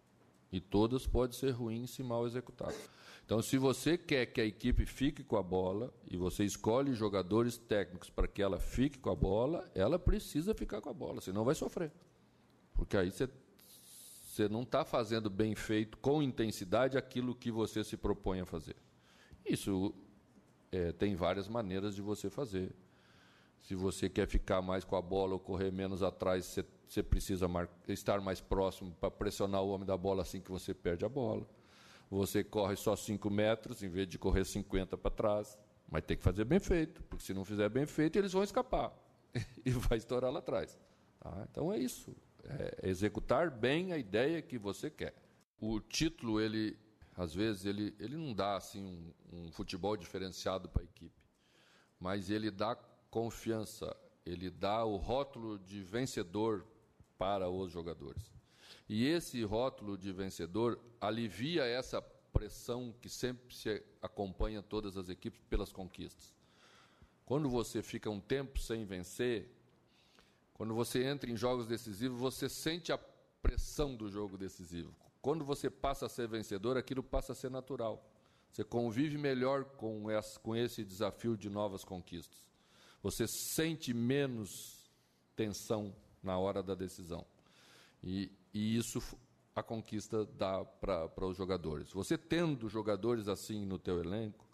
S4: e todas podem ser ruins se mal executadas. Então, se você quer que a equipe fique com a bola e você escolhe jogadores técnicos para que ela fique com a bola, ela precisa ficar com a bola, senão vai sofrer. Porque aí você, você não está fazendo bem feito, com intensidade, aquilo que você se propõe a fazer. Isso é, tem várias maneiras de você fazer. Se você quer ficar mais com a bola ou correr menos atrás, você, você precisa mar- estar mais próximo para pressionar o homem da bola assim que você perde a bola. Você corre só cinco metros, em vez de correr cinquenta para trás. Mas tem que fazer bem feito, porque se não fizer bem feito, eles vão escapar e vai estourar lá atrás. Tá? Então é isso, é executar bem a ideia que você quer. O título, ele, às vezes, ele, ele não dá assim, um, um futebol diferenciado para a equipe, mas ele dá confiança, ele dá o rótulo de vencedor para os jogadores. E esse rótulo de vencedor alivia essa pressão que sempre se acompanha todas as equipes pelas conquistas. Quando você fica um tempo sem vencer, quando você entra em jogos decisivos, você sente a pressão do jogo decisivo. Quando você passa a ser vencedor, aquilo passa a ser natural. Você convive melhor com esse, com esse desafio de novas conquistas. Você sente menos tensão na hora da decisão. E, e isso a conquista dá para os jogadores. Você tendo jogadores assim no teu elenco,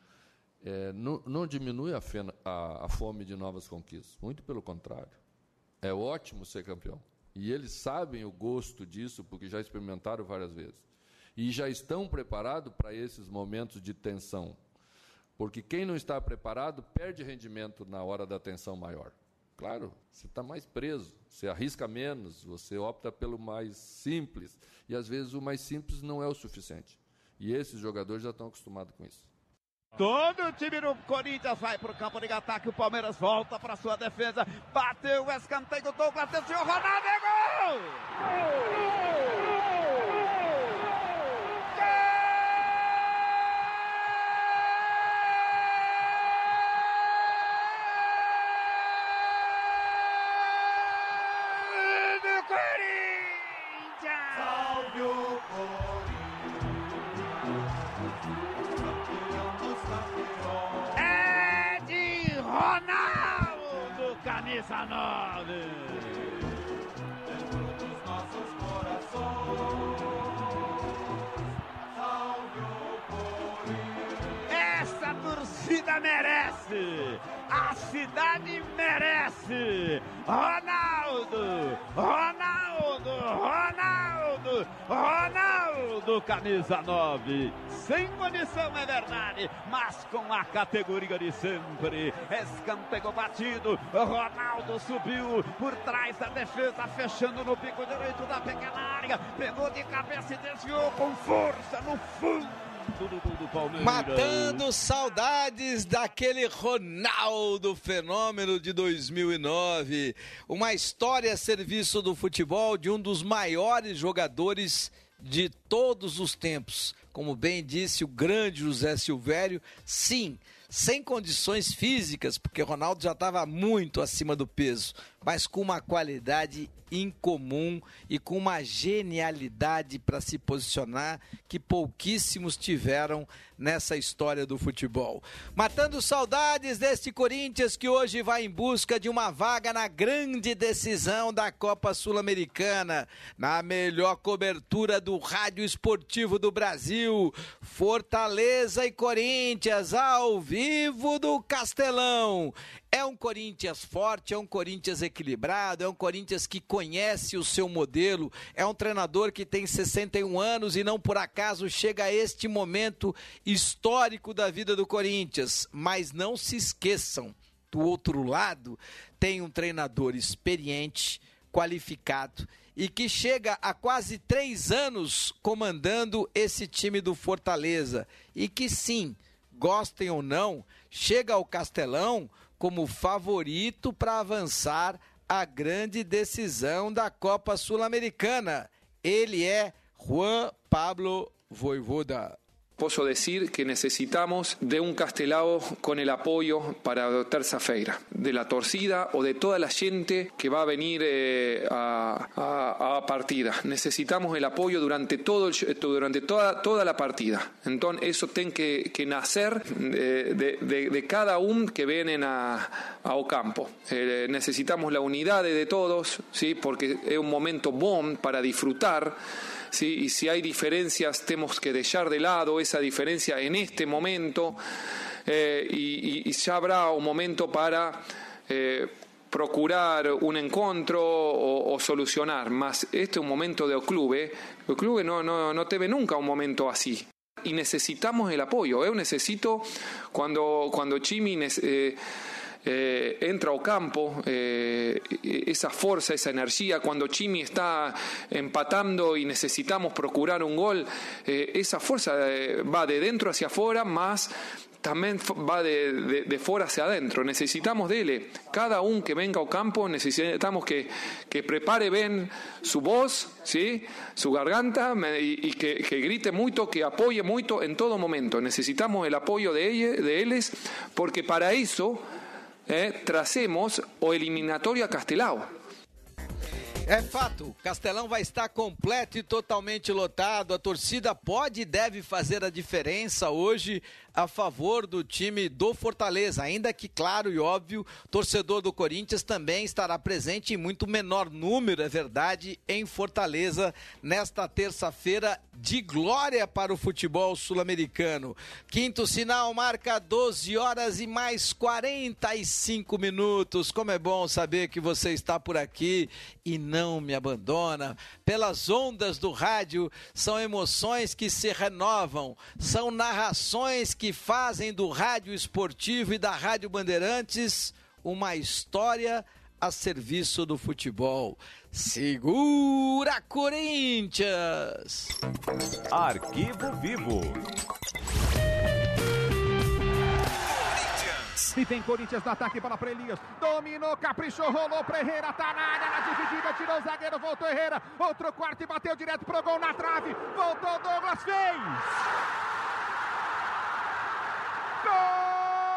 S4: é, não, não diminui a, fena, a, a fome de novas conquistas. Muito pelo contrário. É ótimo ser campeão. E eles sabem o gosto disso, porque já experimentaram várias vezes. E já estão preparados para esses momentos de tensão. Porque quem não está preparado perde rendimento na hora da tensão maior. Claro, você está mais preso, você arrisca menos, você opta pelo mais simples. E às vezes o mais simples não é o suficiente. E esses jogadores já estão acostumados com isso.
S9: Todo o time do Corinthians vai para o campo de ataque, o Palmeiras volta para sua defesa, bateu o escanteio do Douglas, atenção, Ronaldo, é gol! Camisa nove. Dentro dos nossos corações, salve o Corinthians. Essa torcida merece, a cidade merece. Ronaldo, Ronaldo, Ronaldo, Ronaldo, camisa nove. Sem condição, é verdade, mas com a categoria de sempre. Escanteio batido, Ronaldo subiu por trás da defesa, fechando no bico direito da pequena área, pegou de cabeça e desviou com força no fundo
S8: Matando saudades daquele Ronaldo Fenômeno de dois mil e nove. Uma história a serviço do futebol de um dos maiores jogadores de todos os tempos. Como bem disse o grande José Silvério, sim, sem condições físicas, porque Ronaldo já estava muito acima do peso, mas com uma qualidade incomum e com uma genialidade para se posicionar que pouquíssimos tiveram nessa história do futebol. Matando saudades deste Corinthians que hoje vai em busca de uma vaga na grande decisão da Copa Sul-Americana, na melhor cobertura do rádio esportivo do Brasil. Fortaleza e Corinthians ao vivo do Castelão. É um Corinthians forte, é um Corinthians equilibrado, é um Corinthians que conhece o seu modelo, é um treinador que tem sessenta e um anos e não por acaso chega a este momento histórico da vida do Corinthians. Mas não se esqueçam, do outro lado tem um treinador experiente, qualificado e que chega há quase três anos comandando esse time do Fortaleza e que sim, gostem ou não, chega ao Castelão como favorito para avançar a grande decisão da Copa Sul-Americana. Ele é Juan Pablo Vojvoda.
S10: Puedo decir que necesitamos de un Castelao con el apoyo para la terça-feira, de la torcida o de toda la gente que va a venir eh, a, a, a partida. Necesitamos el apoyo durante todo el, durante toda, toda la partida. Entonces eso tiene que, que nacer de, de, de, de cada uno que vienen a, a campo. Eh, necesitamos la unidad de todos, ¿sí? Porque es un momento bom para disfrutar. Sí, y si hay diferencias tenemos que dejar de lado esa diferencia en este momento eh, y, y ya habrá un momento para eh, procurar un encuentro o, o solucionar, mas este es un momento de club, eh. El club no, no, no te ve nunca un momento así y necesitamos el apoyo. Yo necesito cuando, cuando Chimi eh, Eh, entra ao campo, eh, esa fuerza, esa energía, cuando Chimi está empatando y necesitamos procurar un gol, eh, esa fuerza eh, va de dentro hacia afuera, más también va de, de, de fuera hacia adentro. Necesitamos dele, cada uno que venga ao campo, necesitamos que, que prepare bien su voz, ¿sí? Su garganta y, y que, que grite mucho, que apoye mucho en todo momento. Necesitamos el apoyo de ellos, de ellos, porque para eso É, trazemos o eliminatório a Castelão.
S8: É fato, Castelão vai estar completo e totalmente lotado. A torcida pode e deve fazer a diferença hoje a favor do time do Fortaleza, ainda que, claro e óbvio, torcedor do Corinthians também estará presente em muito menor número, é verdade, em Fortaleza nesta terça-feira de glória para o futebol sul-americano. Quinto sinal marca doze horas e mais quarenta e cinco minutos. Como é bom saber que você está por aqui e não me abandona. Pelas ondas do rádio, são emoções que se renovam, são narrações que que fazem do rádio esportivo e da Rádio Bandeirantes uma história a serviço do futebol. Segura Corinthians!
S6: Arquivo Vivo.
S9: E tem Corinthians no ataque, bola para Elias, dominou, caprichou, rolou para Herrera, tá na área, na dividida, tirou o zagueiro, voltou Herrera, outro quarto e bateu direto pro gol na trave, voltou Douglas, fez! Gol!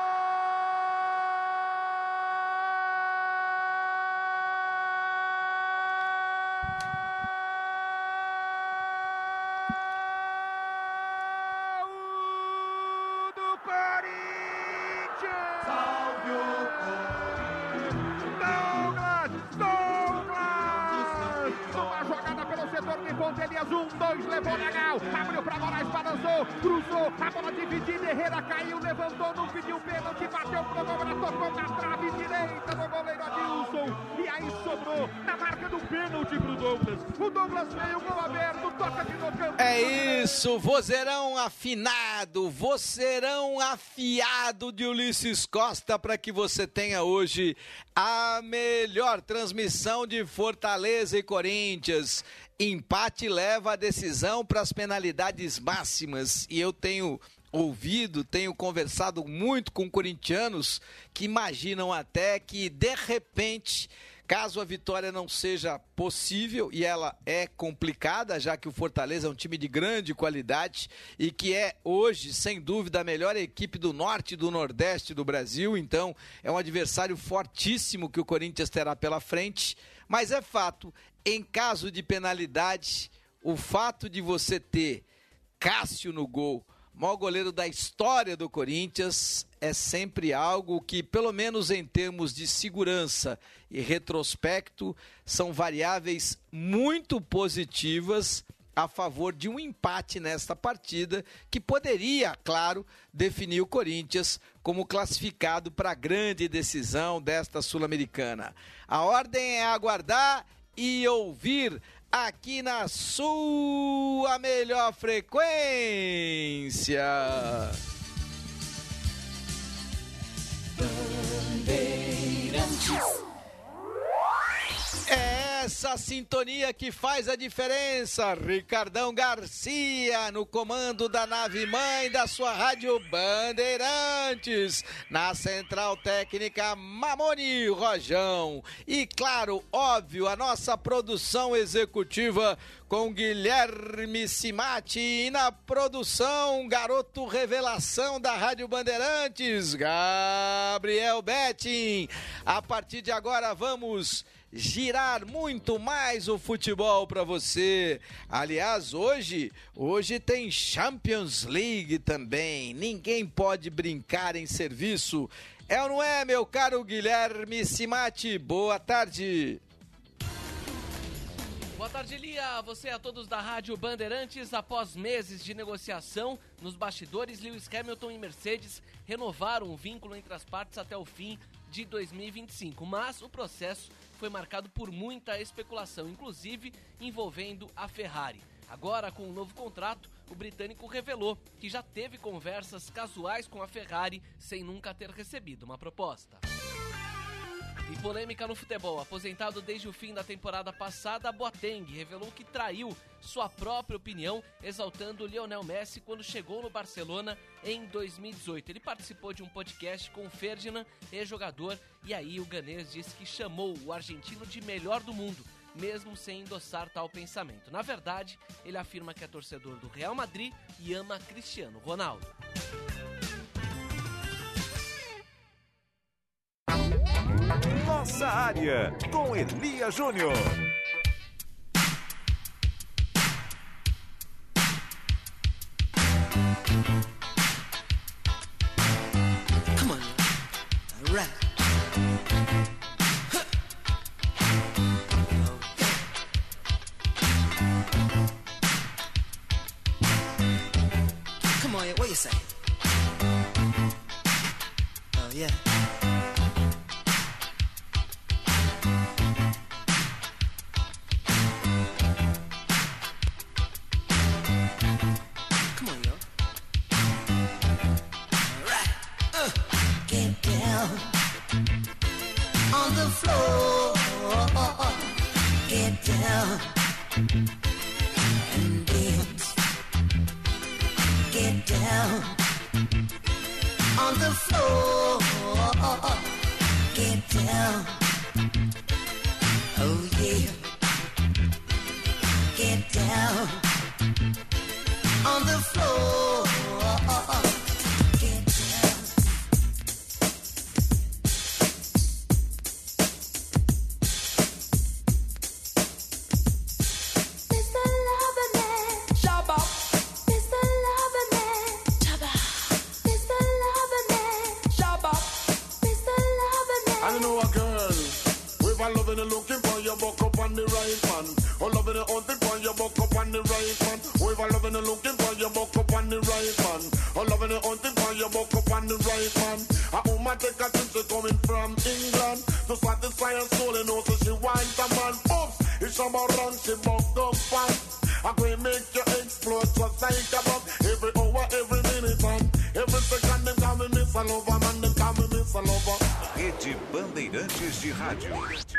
S9: Do Corinthians! Salve o Corinthians! Douglas! Douglas! Uma jogada pelo setor de ponta, Elias, um, dois, levou legal, abriu pra Moraes, balançou, cruzou, a bola dividida, Herrera caiu, levantou, não pediu pênalti, bateu pro gol, tocou na trave direita do goleiro Adilson, e aí sobrou, na marca do pênalti, chute pro Douglas. O Douglas veio, gol aberto, toca aqui no campo.
S8: É isso, vozeirão afinado, vozeirão afiado de Ulisses Costa para que você tenha hoje a melhor transmissão de Fortaleza e Corinthians. Empate leva a decisão para as penalidades máximas e eu tenho ouvido, tenho conversado muito com corintianos que imaginam até que de repente, caso a vitória não seja possível, e ela é complicada, já que o Fortaleza é um time de grande qualidade e que é hoje, sem dúvida, a melhor equipe do norte e do nordeste do Brasil, então é um adversário fortíssimo que o Corinthians terá pela frente, mas é fato, em caso de penalidade, o fato de você ter Cássio no gol, maior goleiro da história do Corinthians, é sempre algo que, pelo menos em termos de segurança e retrospecto, são variáveis muito positivas a favor de um empate nesta partida, que poderia, claro, definir o Corinthians como classificado para a grande decisão desta Sul-Americana. A ordem é aguardar e ouvir aqui na sua melhor frequência. É essa sintonia que faz a diferença. Ricardão Garcia no comando da nave mãe da sua rádio Bandeirantes, na central técnica Mamoni Rojão e, claro, óbvio, a nossa produção executiva com Guilherme Simati e na produção, garoto revelação da Rádio Bandeirantes, Gabriel Betting. A partir de agora vamos girar muito mais o futebol para você. Aliás, hoje, hoje tem Champions League também. Ninguém pode brincar em serviço. É ou não é, meu caro Guilherme Simati? Boa tarde.
S5: Boa tarde, Lia. Você e a todos da Rádio Bandeirantes. Após meses de negociação, nos bastidores, Lewis Hamilton e Mercedes renovaram o vínculo entre as partes até o fim de dois mil e vinte e cinco. Mas o processo foi marcado por muita especulação, inclusive envolvendo a Ferrari. Agora, com o um novo contrato, o britânico revelou que já teve conversas casuais com a Ferrari sem nunca ter recebido uma proposta. E polêmica no futebol. Aposentado desde o fim da temporada passada, Boateng revelou que traiu sua própria opinião, exaltando Lionel Messi quando chegou no Barcelona em dois mil e dezoito. Ele participou de um podcast com o Ferdinand, ex-jogador, e aí o ganês disse que chamou o argentino de melhor do mundo, mesmo sem endossar tal pensamento. Na verdade, ele afirma que é torcedor do Real Madrid e ama Cristiano Ronaldo.
S6: Nossa área, com Elia Júnior.
S19: Come on, all right. Huh. Come on, what you say? Oh yeah.
S15: run, she buck up fast. I will make you explode just like a bomb. Every hour, every minute, and every second, them call me Miss Lover, man, them call me Miss Lover.
S6: Rede Bandeirantes de Rádio.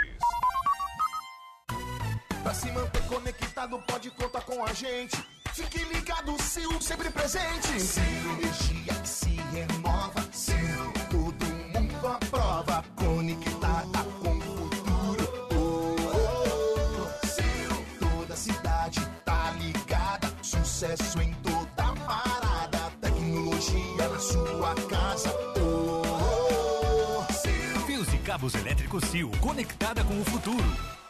S9: Pra se manter conectado, pode contar com a gente. Fique ligado, Sil, sempre presente. Sil, energia que se renova. Sil, todo mundo aprova. Conectada com o futuro. Oh, oh, oh. Sil, toda cidade tá ligada. Sucesso em toda parada. Tecnologia na sua casa. Oh, oh, oh. Sil.
S16: Fios e cabos elétricos Sil, conectada com o futuro.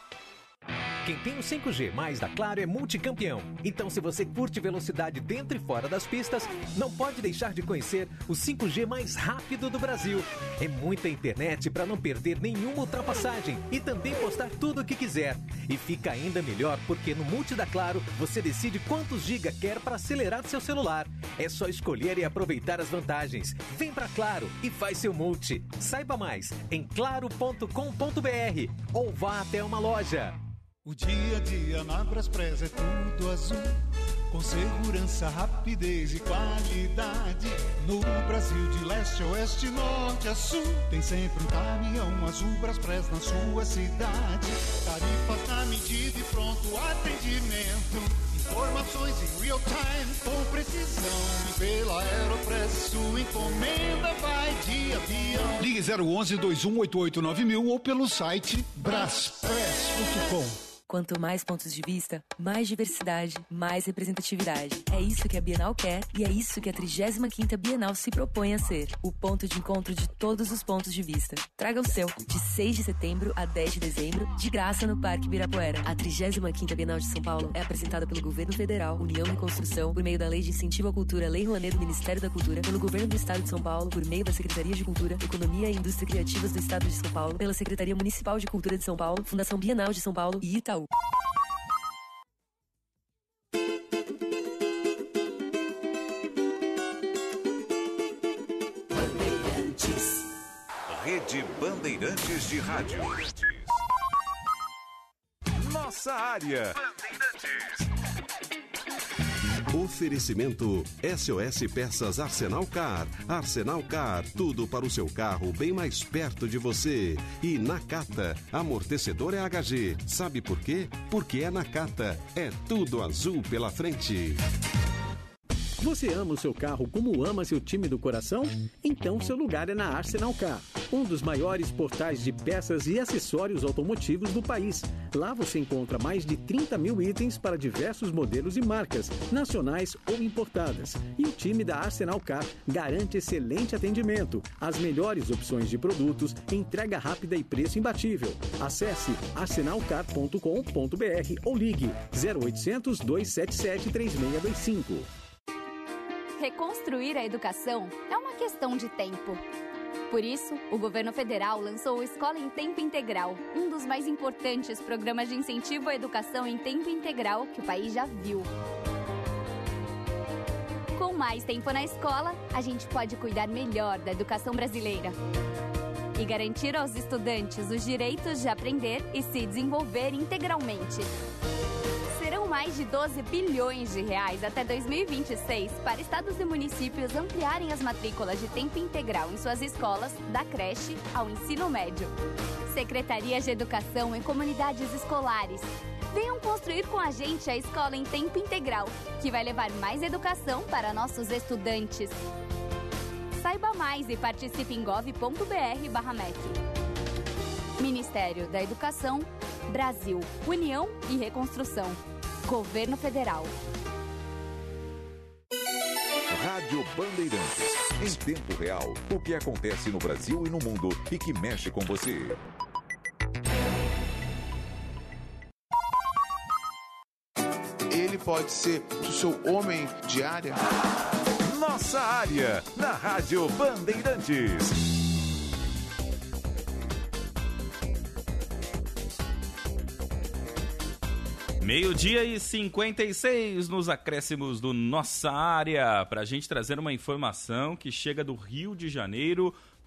S17: Quem tem o cinco G mais da Claro é multicampeão. Então, se você curte velocidade dentro e fora das pistas, não pode deixar de conhecer o cinco G mais rápido do Brasil. É muita internet para não perder nenhuma ultrapassagem e também postar tudo o que quiser. E fica ainda melhor porque no Multi da Claro você decide quantos giga quer para acelerar seu celular. É só escolher e aproveitar as vantagens. Vem pra Claro e faz seu Multi. Saiba mais em claro ponto com ponto br ou vá até uma loja.
S18: O dia a dia na Braspress é tudo azul, com segurança, rapidez e qualidade. No Brasil de leste a oeste, norte a sul, tem sempre um caminhão azul Braspress na sua cidade. Tarifas na medida e pronto atendimento. Informações em real time com precisão. E pela Aeropress sua encomenda vai de avião. Ligue zero onze, dois um oito oito nove mil ou pelo site braspress ponto com.
S21: Quanto mais pontos de vista, mais diversidade, mais representatividade. É isso que a Bienal quer e é isso que a trigésima quinta Bienal se propõe a ser. O ponto de encontro de todos os pontos de vista. Traga o seu, de seis de setembro a dez de dezembro, de graça no Parque Ibirapuera. A trigésima quinta Bienal de São Paulo é apresentada pelo Governo Federal, União e Construção, por meio da Lei de Incentivo à Cultura, Lei Rouanet do Ministério da Cultura, pelo Governo do Estado de São Paulo, por meio da Secretaria de Cultura, Economia e Indústria Criativas do Estado de São Paulo, pela Secretaria Municipal de Cultura de São Paulo, Fundação Bienal de São Paulo e Itaú.
S6: Rede Bandeirantes de Rádio. Nossa área.
S7: Oferecimento S O S Peças Arsenal Car. Arsenal Car, tudo para o seu carro bem mais perto de você. E Nakata, amortecedor é H G. Sabe por quê? Porque é Nakata. É tudo azul pela frente.
S23: Você ama o seu carro como ama seu time do coração? Então seu lugar é na Arsenal Car, um dos maiores portais de peças e acessórios automotivos do país. Lá você encontra mais de trinta mil itens para diversos modelos e marcas, nacionais ou importadas. E o time da Arsenal Car garante excelente atendimento, as melhores opções de produtos, entrega rápida e preço imbatível. Acesse arsenal car ponto com ponto br ou ligue zero oitocentos, dois sete sete, três seis dois cinco.
S26: Reconstruir a educação é uma questão de tempo. Por isso, o governo federal lançou o Escola em Tempo Integral, um dos mais importantes programas de incentivo à educação em tempo integral que o país já viu. Com mais tempo na escola, a gente pode cuidar melhor da educação brasileira e garantir aos estudantes os direitos de aprender e se desenvolver integralmente. Serão mais de doze bilhões de reais até dois mil e vinte e seis para estados e municípios ampliarem as matrículas de tempo integral em suas escolas, da creche ao ensino médio. Secretarias de Educação em comunidades escolares. Venham construir com a gente a escola em tempo integral, que vai levar mais educação para nossos estudantes. Saiba mais e participe em gov ponto br barra M E C. Ministério da Educação, Brasil, União e Reconstrução. Governo Federal.
S6: Rádio Bandeirantes. Em tempo real, o que acontece no Brasil e no mundo e que mexe com você.
S9: Ele pode ser o seu homem de área.
S6: Nossa área, na Rádio Bandeirantes.
S26: Meio-dia e cinquenta e seis nos acréscimos do Nossa Área, para a gente trazer uma informação que chega do Rio de Janeiro,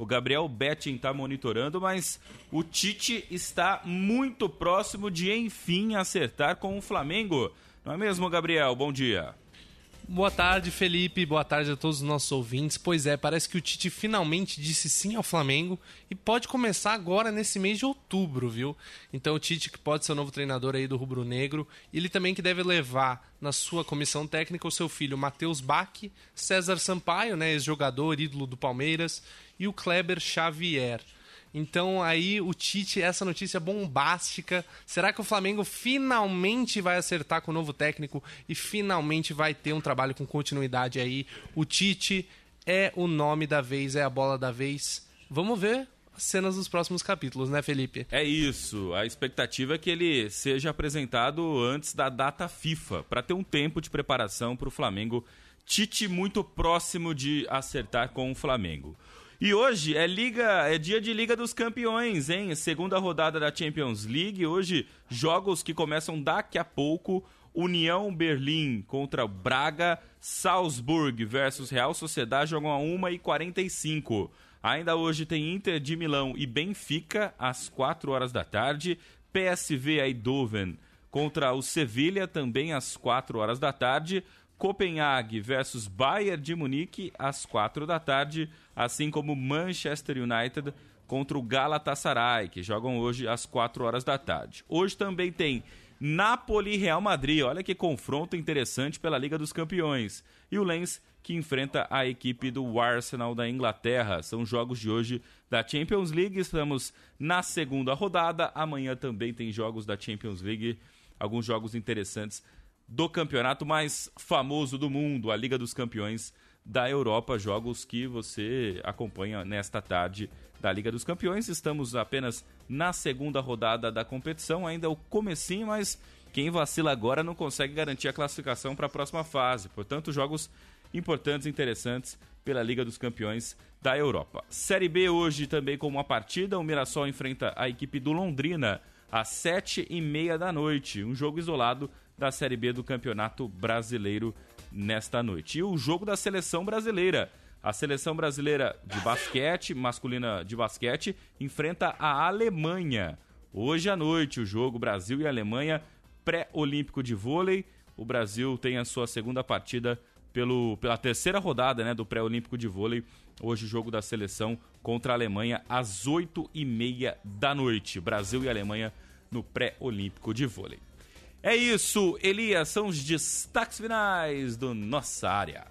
S1: O Gabriel Betting está monitorando, mas o Tite está muito próximo de, enfim, acertar com o Flamengo. Não é mesmo, Gabriel? Bom dia.
S2: Boa tarde, Felipe. Boa tarde a todos os nossos ouvintes. Pois é, parece que o Tite finalmente disse sim ao Flamengo e pode começar agora nesse mês de outubro, viu? Então o Tite, que pode ser o novo treinador aí do Rubro Negro, ele também que deve levar na sua comissão técnica o seu filho Matheus Bach, César Sampaio, né, ex-jogador, ídolo do Palmeiras, e o Kleber Xavier. Então aí o Tite, essa notícia bombástica, será que o Flamengo finalmente vai acertar com o novo técnico e finalmente vai ter um trabalho com continuidade aí? O Tite é o nome da vez, é a bola da vez. Vamos ver as cenas dos próximos capítulos, né, Felipe?
S1: É isso, a expectativa é que ele seja apresentado antes da data FIFA, para ter um tempo de preparação para o Flamengo. Tite muito próximo de acertar com o Flamengo. E hoje é liga, é dia de Liga dos Campeões, hein? Segunda rodada da Champions League. Hoje, jogos que começam daqui a pouco. União Berlim contra Braga. Salzburg versus Real Sociedade jogam a uma e quarenta e cinco. Ainda hoje tem Inter de Milão e Benfica às quatro horas da tarde. P S V Eindhoven contra o Sevilha também às quatro horas da tarde. Copenhague versus Bayern de Munique às quatro da tarde, assim como Manchester United contra o Galatasaray, que jogam hoje às quatro horas da tarde. Hoje também tem Napoli e Real Madrid, olha que confronto interessante pela Liga dos Campeões. E o Lens, que enfrenta a equipe do Arsenal da Inglaterra. São jogos de hoje da Champions League, estamos na segunda rodada. Amanhã também tem jogos da Champions League, alguns jogos interessantes do campeonato mais famoso do mundo, a Liga dos Campeões da Europa, jogos que você acompanha nesta tarde da Liga dos Campeões. Estamos apenas na segunda rodada da competição, ainda é o comecinho, mas quem vacila agora não consegue garantir a classificação para a próxima fase. Portanto, jogos importantes e interessantes pela Liga dos Campeões da Europa. Série B hoje também com uma partida, o Mirassol enfrenta a equipe do Londrina às sete e meia da noite, um jogo isolado da Série B do Campeonato Brasileiro nesta noite. E o jogo da Seleção Brasileira. A Seleção Brasileira de basquete, masculina de basquete, enfrenta a Alemanha. Hoje à noite, o jogo Brasil e Alemanha, pré-olímpico de vôlei. O Brasil tem a sua segunda partida pelo, pela terceira rodada, né, do pré-olímpico de vôlei. Hoje o jogo da seleção contra a Alemanha às oito e meia da noite. Brasil e Alemanha no pré-olímpico de vôlei. É isso, Elias, são os destaques finais do Nossa Área.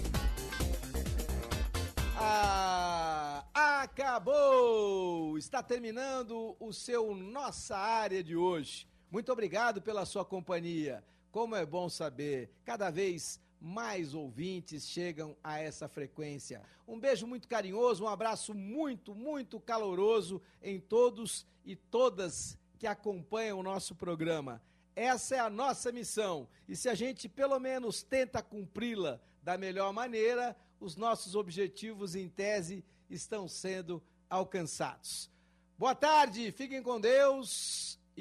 S8: Ah, acabou! Está terminando o seu Nossa Área de hoje. Muito obrigado pela sua companhia. Como é bom saber, cada vez mais ouvintes chegam a essa frequência. Um beijo muito carinhoso, um abraço muito, muito caloroso em todos e todas que acompanham o nosso programa. Essa é a nossa missão, e se a gente pelo menos tenta cumpri-la da melhor maneira, os nossos objetivos em tese estão sendo alcançados. Boa tarde, fiquem com Deus